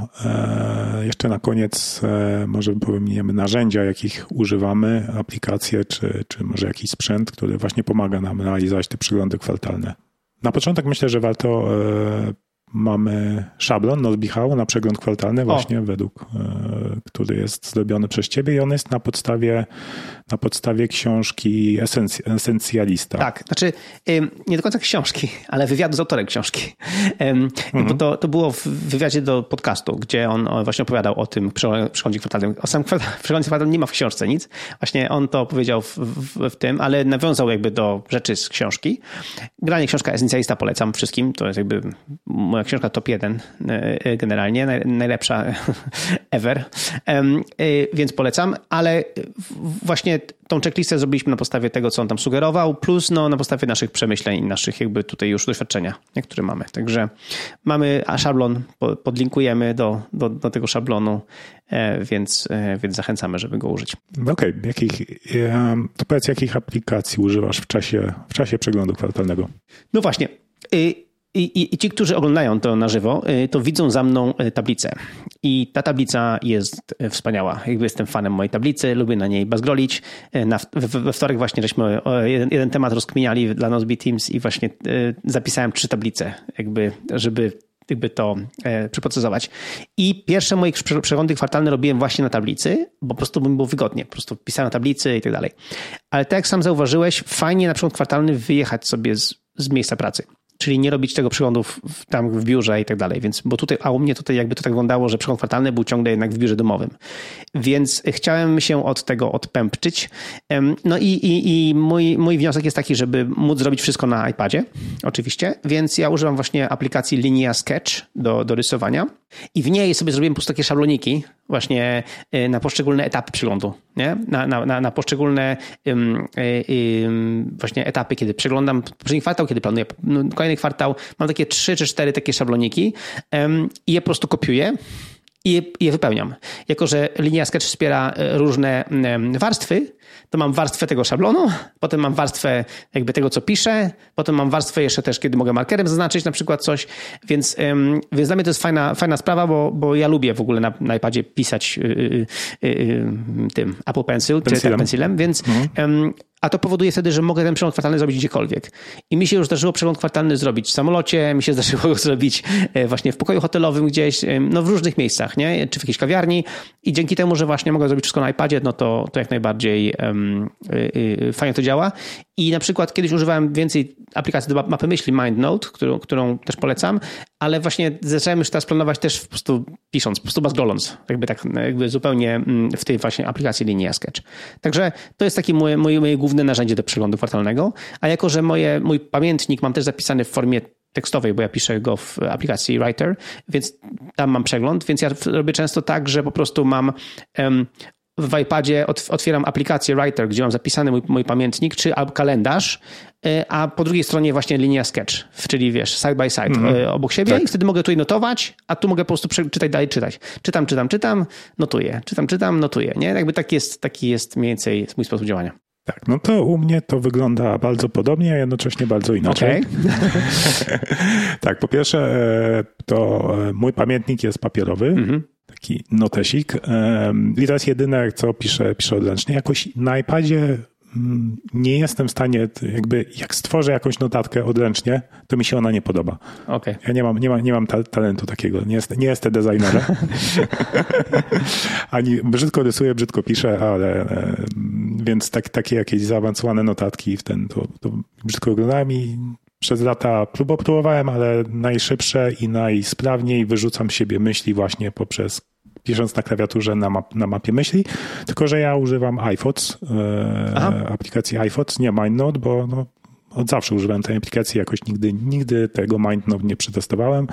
e, jeszcze na koniec, e, może pominiemy narzędzia, jakich używamy, aplikacje, czy, czy może jakiś sprzęt, który właśnie pomaga nam realizować te przeglądy kwartalne. Na początek myślę, że warto e, mamy szablon NotBeHow na przegląd kwartalny właśnie o. według, który jest zrobiony przez ciebie i on jest na podstawie, na podstawie książki Esenc- Esencjalista. Tak, znaczy nie do końca książki, ale wywiadu z autorem książki. Mhm. Bo to, to było w wywiadzie do podcastu, gdzie on właśnie opowiadał o tym przeglądzie kwartalnym. O samym przeglądzie kwartalnym nie ma w książce nic. Właśnie on to powiedział w, w, w tym, ale nawiązał jakby do rzeczy z książki. Generalnie książka Esencjalista polecam wszystkim. To jest jakby moja książka top jeden generalnie, najlepsza ever, więc polecam, ale właśnie tą checklistę zrobiliśmy na podstawie tego, co on tam sugerował, plus no, na podstawie naszych przemyśleń i naszych jakby tutaj już doświadczenia, które mamy. Także mamy szablon, podlinkujemy do, do, do tego szablonu, więc, więc zachęcamy, żeby go użyć. Okej, okay. Jakich, to powiedz, jakich aplikacji używasz w czasie, w czasie przeglądu kwartalnego? No właśnie. I, i, I ci, którzy oglądają to na żywo, to widzą za mną tablicę. I ta tablica jest wspaniała. Jakby jestem fanem mojej tablicy, lubię na niej bazgrolić. Na, we wtorek właśnie żeśmy jeden, jeden temat rozkminiali dla Nozbe Teams i właśnie zapisałem trzy tablice, jakby, żeby jakby to e, przeprocesować. I pierwsze moje przeglądy kwartalne robiłem właśnie na tablicy, bo po prostu mi było wygodnie. Po prostu pisałem na tablicy i tak dalej. Ale tak jak sam zauważyłeś, fajnie na przegląd kwartalny wyjechać sobie z, z miejsca pracy. Czyli nie robić tego przeglądów w, tam w biurze i tak dalej. Więc, bo tutaj, a u mnie tutaj jakby to tak wyglądało, że przegląd kwartalny był ciągle jednak w biurze domowym. Więc chciałem się od tego odpępczyć. No i, i, i mój, mój wniosek jest taki, żeby móc zrobić wszystko na iPadzie, oczywiście. Więc ja używam właśnie aplikacji Linia Sketch do, do rysowania. I w niej sobie zrobiłem po prostu takie szabloniki właśnie na poszczególne etapy przeglądu, nie? Na, na, na, na poszczególne um, um, właśnie etapy, kiedy przeglądam poprzedni kwartał, kiedy planuję no, kolejny kwartał. Mam takie trzy czy cztery takie szabloniki um, i je po prostu kopiuję i je, je wypełniam. Jako że Linia Sketch wspiera różne um, warstwy, to mam warstwę tego szablonu, potem mam warstwę jakby tego, co piszę, potem mam warstwę jeszcze też, kiedy mogę markerem zaznaczyć na przykład coś, więc, um, więc dla mnie to jest fajna, fajna sprawa, bo, bo ja lubię w ogóle na, na iPadzie pisać yy, yy, yy, tym Apple Pencil, czy tak pensilem, więc mhm. um, a to powoduje wtedy, że mogę ten przegląd kwartalny zrobić gdziekolwiek. I mi się już zdarzyło przegląd kwartalny zrobić w samolocie, mi się zdarzyło go zrobić właśnie w pokoju hotelowym gdzieś, no w różnych miejscach, nie? Czy w jakiejś kawiarni. I dzięki temu, że właśnie mogę zrobić wszystko na iPadzie, no to, to jak najbardziej um, yy, fajnie to działa. I na przykład kiedyś używałem więcej aplikacji do mapy myśli, MindNote, którą, którą też polecam, ale właśnie zacząłem już teraz planować też po prostu pisząc, po prostu scrollując, jakby tak jakby zupełnie w tej właśnie aplikacji Linia Sketch. Także to jest taki moje, moje, moje główne narzędzie do przeglądu kwartalnego, a jako, że moje, mój pamiętnik mam też zapisany w formie tekstowej, bo ja piszę go w aplikacji Writer, więc tam mam przegląd, więc ja robię często tak, że po prostu mam um, w iPadzie otwieram aplikację Writer, gdzie mam zapisany mój, mój pamiętnik, czy kalendarz, a po drugiej stronie właśnie Linia Sketch, czyli wiesz, side by side mm-hmm. obok siebie tak. I wtedy mogę tutaj notować, a tu mogę po prostu czytać dalej, czytać. Czytam, czytam, czytam, notuję. Czytam, czytam, notuję. Nie? Jakby taki jest, taki jest mniej więcej mój sposób działania. Tak, no to u mnie to wygląda bardzo podobnie, a jednocześnie bardzo inaczej. Okay. Tak, po pierwsze to mój pamiętnik jest papierowy, mm-hmm. taki notesik i to jest jedyne, co piszę, piszę odręcznie. Jakoś na iPadzie nie jestem w stanie, jakby jak stworzę jakąś notatkę odręcznie, to mi się ona nie podoba. Okay. Ja nie mam, nie mam, nie mam ta, talentu takiego, nie, jest, nie jestem designerem. Ani brzydko rysuję, brzydko piszę, ale więc tak, takie jakieś zaawansowane notatki w ten, to, to brzydko wyglądałem i przez lata próbowałem, ale najszybsze i najsprawniej wyrzucam z siebie myśli właśnie poprzez pisząc na klawiaturze na, map, na mapie myśli, tylko że ja używam iPhotos, e, aplikacji iPhotos, nie MindNote, bo no, od zawsze używałem tej aplikacji, jakoś nigdy, nigdy tego MindNote nie przetestowałem.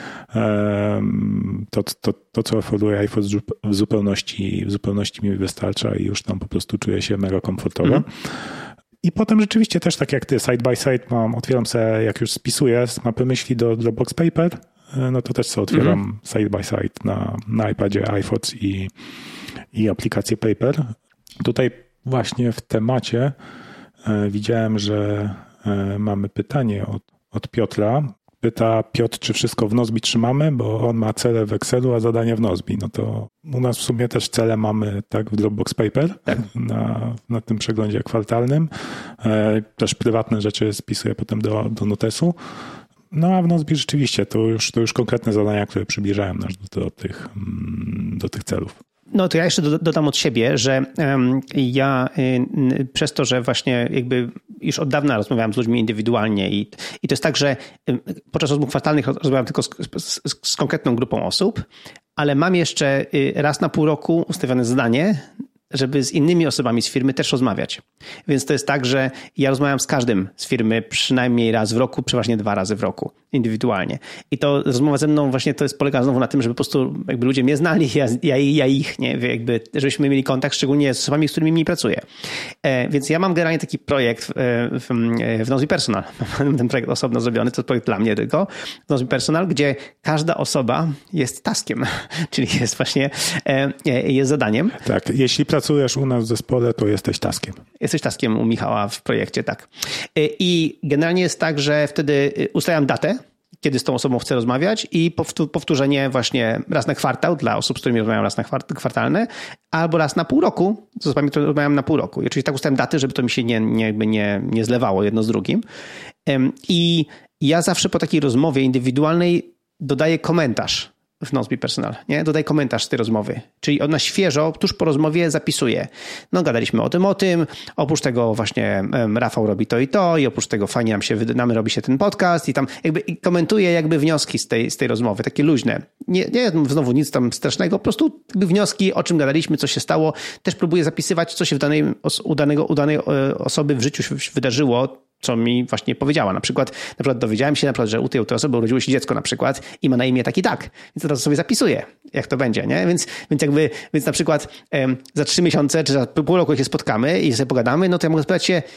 E, to, to, to, co oferuje iPhone w zupełności, w zupełności mi wystarcza i już tam po prostu czuję się mega komfortowo. Mm. I potem rzeczywiście też tak jak ty, side by side mam, otwieram sobie, jak już spisuję z mapy myśli do Dropbox Paper, no to też sobie otwieram mm. side by side na, na iPadzie, iPhotos i, i aplikację Paper. Tutaj właśnie w temacie e, widziałem, że e, mamy pytanie od, od Piotra. Pyta Piotr, czy wszystko w Nozbi trzymamy, bo on ma cele w Excelu, a zadania w Nozbi. No to u nas w sumie też cele mamy tak w Dropbox Paper, tak. na, na tym przeglądzie kwartalnym. E, też prywatne rzeczy spisuję potem do, do notesu. No a w Nozbi rzeczywiście to już, to już konkretne zadania, które przybliżają nas do, do, tych, do tych celów. No to ja jeszcze dodam od siebie, że um, ja y, przez to, że właśnie jakby już od dawna rozmawiałem z ludźmi indywidualnie i, i to jest tak, że y, podczas rozmów kwartalnych rozmawiam tylko z, z, z konkretną grupą osób, ale mam jeszcze y, raz na pół roku ustawione zadanie, żeby z innymi osobami z firmy też rozmawiać. Więc to jest tak, że ja rozmawiam z każdym z firmy przynajmniej raz w roku, przeważnie dwa razy w roku, indywidualnie. I to rozmowa ze mną właśnie to jest polega znowu na tym, żeby po prostu jakby ludzie mnie znali, ja, ja, ja ich, nie? Jakby, żebyśmy mieli kontakt, szczególnie z osobami, z którymi pracuję. E, więc ja mam generalnie taki projekt w, w, w Nozbi Personal. Mam ten projekt osobno zrobiony, to jest projekt dla mnie tylko. W Nozbi Personal, gdzie każda osoba jest taskiem, czyli jest właśnie e, jest zadaniem. Tak, jeśli pracujesz u nas w zespole, to jesteś taskiem. Jesteś taskiem u Michała w projekcie, tak. I generalnie jest tak, że wtedy ustawiam datę, kiedy z tą osobą chcę rozmawiać i powtórzenie właśnie raz na kwartał dla osób, z którymi rozmawiam raz na kwartalne, albo raz na pół roku, z osobami, które rozmawiam na pół roku. I oczywiście tak ustawiam daty, żeby to mi się nie, nie, nie, nie zlewało jedno z drugim. I ja zawsze po takiej rozmowie indywidualnej dodaje komentarz w Nozbe Personal, nie? Dodaje komentarz z tej rozmowy. Czyli on na świeżo, tuż po rozmowie zapisuje. No gadaliśmy o tym, o tym, oprócz tego właśnie um, Rafał robi to i to i oprócz tego fajnie nam się, nam robi się ten podcast i tam jakby i komentuje jakby wnioski z tej, z tej rozmowy, takie luźne. Nie, nie znowu nic tam strasznego, po prostu jakby wnioski, o czym gadaliśmy, co się stało. Też próbuję zapisywać, co się w danej, u, danego, u danej osoby w życiu się wydarzyło, co mi właśnie powiedziała. Na przykład, na przykład dowiedziałem się, na przykład, że u tej, u tej osoby urodziło się dziecko na przykład i ma na imię tak i tak. Więc teraz sobie zapisuję, jak to będzie, nie? Więc, więc jakby, więc na przykład um, za trzy miesiące, czy za pół roku, jak się spotkamy i sobie pogadamy, no to ja mogę spytać się,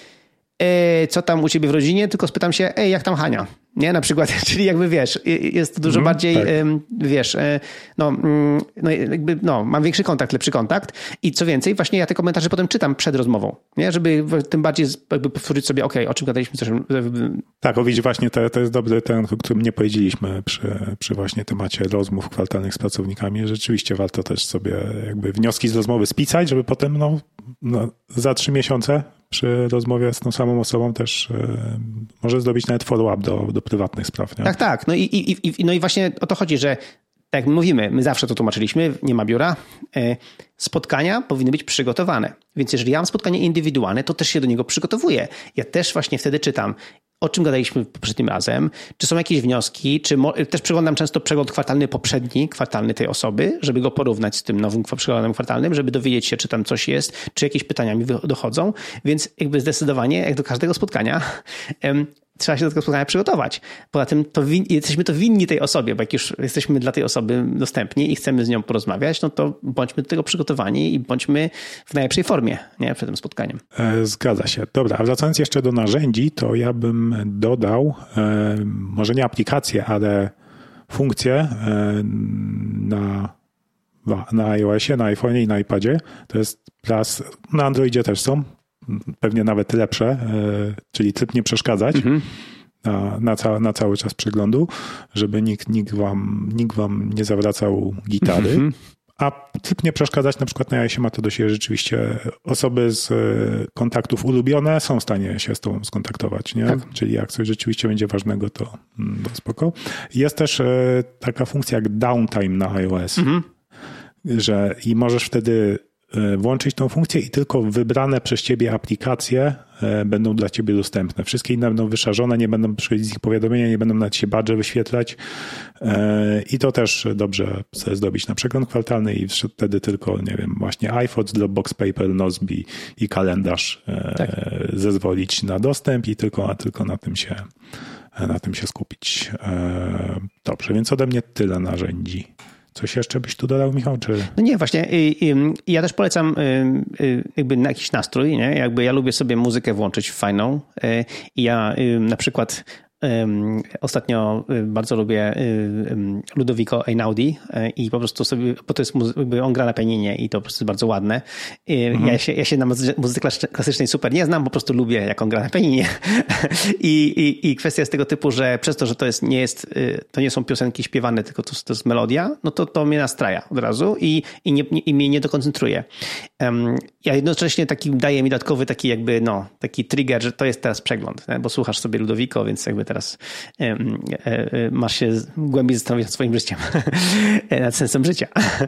e, co tam u ciebie w rodzinie, tylko spytam się, ej, jak tam Hania? Nie, na przykład, czyli jakby wiesz, jest to dużo mm, bardziej, tak. wiesz, no, no jakby, no, mam większy kontakt, lepszy kontakt i co więcej, właśnie ja te komentarze potem czytam przed rozmową, nie, żeby tym bardziej jakby powtórzyć sobie, okej, okay, o czym gadaliśmy. Coś... Tak, o widzisz, właśnie to, to jest dobry ten, o którym nie powiedzieliśmy przy, przy właśnie temacie rozmów kwartalnych z pracownikami. Rzeczywiście warto też sobie jakby wnioski z rozmowy spisać, żeby potem, no, no za trzy miesiące przy rozmowie z tą samą osobą też y, może zrobić nawet follow-up do, do prywatnych spraw. Nie? Tak, tak. No i, i, i, no i właśnie o to chodzi, że tak jak mówimy, my zawsze to tłumaczyliśmy, nie ma biura, y, spotkania powinny być przygotowane. Więc jeżeli ja mam spotkanie indywidualne, to też się do niego przygotowuję. Ja też właśnie wtedy czytam, o czym gadaliśmy poprzednim razem, czy są jakieś wnioski, czy mo- też przeglądam często przegląd kwartalny poprzedni, kwartalny tej osoby, żeby go porównać z tym nowym przeglądem kwartalnym, żeby dowiedzieć się, czy tam coś jest, czy jakieś pytania mi dochodzą, więc jakby zdecydowanie, jak do każdego spotkania, em, trzeba się do tego spotkania przygotować. Poza tym to win- jesteśmy to winni tej osobie, bo jak już jesteśmy dla tej osoby dostępni i chcemy z nią porozmawiać, no to bądźmy do tego przygotowani i bądźmy w najlepszej formie, nie, przed tym spotkaniem. Zgadza się. Dobra, a wracając jeszcze do narzędzi, to ja bym dodał e, może nie aplikację, ale funkcję e, na, na iOSie, na iPhone'ie i na iPadzie. To jest plus, na Androidzie też są, pewnie nawet lepsze, e, czyli tryb nie przeszkadzać. Mhm. Na, na, ca, na cały czas przeglądu, żeby nikt, nikt, wam, nikt wam nie zawracał gitary. Mhm. A tryb nie przeszkadzać, na przykład na iOSie ma to do siebie rzeczywiście osoby z kontaktów ulubione są w stanie się z tą skontaktować, nie? Tak. Czyli jak coś rzeczywiście będzie ważnego, to, to spoko. Jest też taka funkcja jak downtime na iOS, mhm. że i możesz wtedy włączyć tą funkcję i tylko wybrane przez ciebie aplikacje będą dla ciebie dostępne. Wszystkie inne będą wyszarzone, nie będą przychodzić z nich powiadomienia, nie będą na ciebie badże wyświetlać i to też dobrze sobie zdobyć na przegląd kwartalny i wtedy tylko, nie wiem, właśnie iPhoto, Dropbox, Paper, Nozbe i kalendarz tak. zezwolić na dostęp i tylko, tylko na tym się, na tym się skupić. Dobrze, więc ode mnie tyle narzędzi. Coś jeszcze byś tu dodał, Michał? Czy... No nie, właśnie. Ja też polecam jakby na jakiś nastrój. Nie? Jakby ja lubię sobie muzykę włączyć fajną i ja na przykład ostatnio bardzo lubię Ludovico Einaudi i po prostu sobie, bo to jest muzy- on gra na pianinie i to po prostu jest bardzo ładne. Mhm. Ja, się, ja się na muzyce klasycznej super nie znam, po prostu lubię, jak on gra na pianinie. I, i, I kwestia jest tego typu, że przez to, że to jest, nie jest, to nie są piosenki śpiewane, tylko to, to jest melodia, no to to mnie nastraja od razu i, i, nie, i mnie nie dokoncentruje. Um, ja jednocześnie taki daje mi dodatkowy taki jakby, no, taki trigger, że to jest teraz przegląd, nie? Bo słuchasz sobie Ludovico, więc jakby teraz um, masz się głębiej zastanowić nad swoim życiem, nad sensem życia.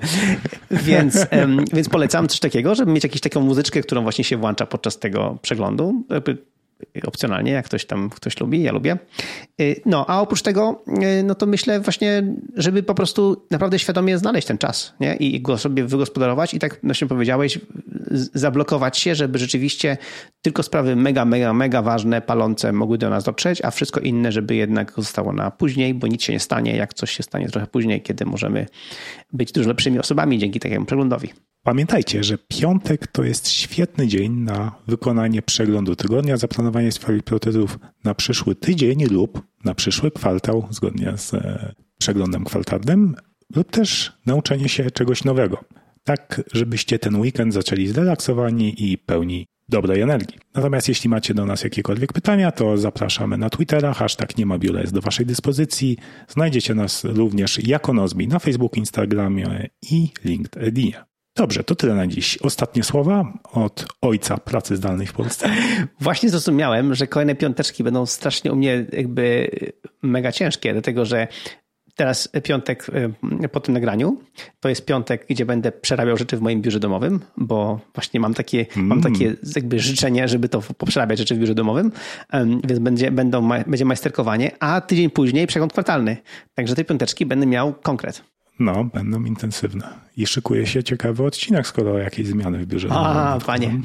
więc, um, więc polecam coś takiego, żeby mieć jakąś taką muzyczkę, którą właśnie się włącza podczas tego przeglądu. Jakby opcjonalnie, jak ktoś tam ktoś lubi, ja lubię. No, a oprócz tego, no to myślę właśnie, żeby po prostu naprawdę świadomie znaleźć ten czas, nie? I go sobie wygospodarować i tak, no się powiedziałeś, zablokować się, żeby rzeczywiście tylko sprawy mega, mega, mega ważne, palące mogły do nas dotrzeć, a wszystko inne, żeby jednak zostało na później, bo nic się nie stanie, jak coś się stanie trochę później, kiedy możemy być dużo lepszymi osobami dzięki takiemu przeglądowi. Pamiętajcie, że piątek to jest świetny dzień na wykonanie przeglądu tygodnia, zaplanowanie swoich priorytetów na przyszły tydzień lub na przyszły kwartał, zgodnie z przeglądem kwartalnym, lub też nauczenie się czegoś nowego, tak żebyście ten weekend zaczęli zrelaksowani i pełni dobrej energii. Natomiast jeśli macie do nas jakiekolwiek pytania, to zapraszamy na Twittera, hashtag nie ma biura jest do waszej dyspozycji. Znajdziecie nas również jako Nozbe na Facebooku, Instagramie i LinkedInie. Dobrze, to tyle na dziś. Ostatnie słowa od ojca pracy zdalnej w Polsce. Właśnie zrozumiałem, że kolejne piąteczki będą strasznie u mnie jakby mega ciężkie, dlatego że teraz piątek po tym nagraniu, to jest piątek, gdzie będę przerabiał rzeczy w moim biurze domowym, bo właśnie mam takie, mm. mam takie jakby życzenie, żeby to poprzerabiać rzeczy w biurze domowym, więc będzie, będą, będzie majsterkowanie, a tydzień później przegląd kwartalny. Także tej piąteczki będę miał konkret. No, będą intensywne. I szykuje się ciekawy odcinek, skoro jakieś zmiany w biurze domowym. A, panie.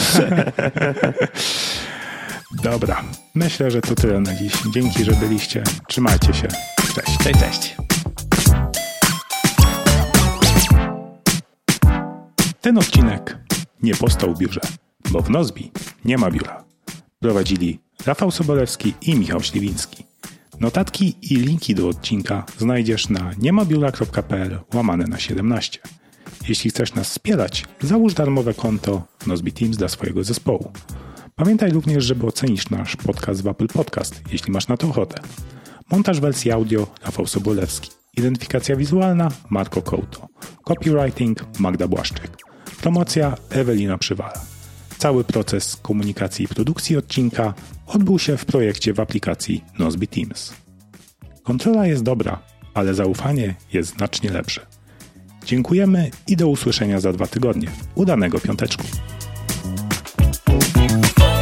Dobra, myślę, że to tyle na dziś. Dzięki, że byliście. Trzymajcie się. Cześć. Cześć, cześć. Ten odcinek nie powstał w biurze, bo w Nozbi nie ma biura. Prowadzili Rafał Sobolewski i Michał Śliwiński. Notatki i linki do odcinka znajdziesz na niemabiura.pl łamane na siedemnaście. Jeśli chcesz nas wspierać, załóż darmowe konto Nozbi Teams dla swojego zespołu. Pamiętaj również, żeby ocenić nasz podcast w Apple Podcast, jeśli masz na to ochotę. Montaż wersji audio Rafał Sobolewski. Identyfikacja wizualna Marko Kołto. Copywriting Magda Błaszczyk. Promocja Ewelina Przywala. Cały proces komunikacji i produkcji odcinka odbył się w projekcie w aplikacji Nozbi Teams. Kontrola jest dobra, ale zaufanie jest znacznie lepsze. Dziękujemy i do usłyszenia za dwa tygodnie. Udanego piąteczku.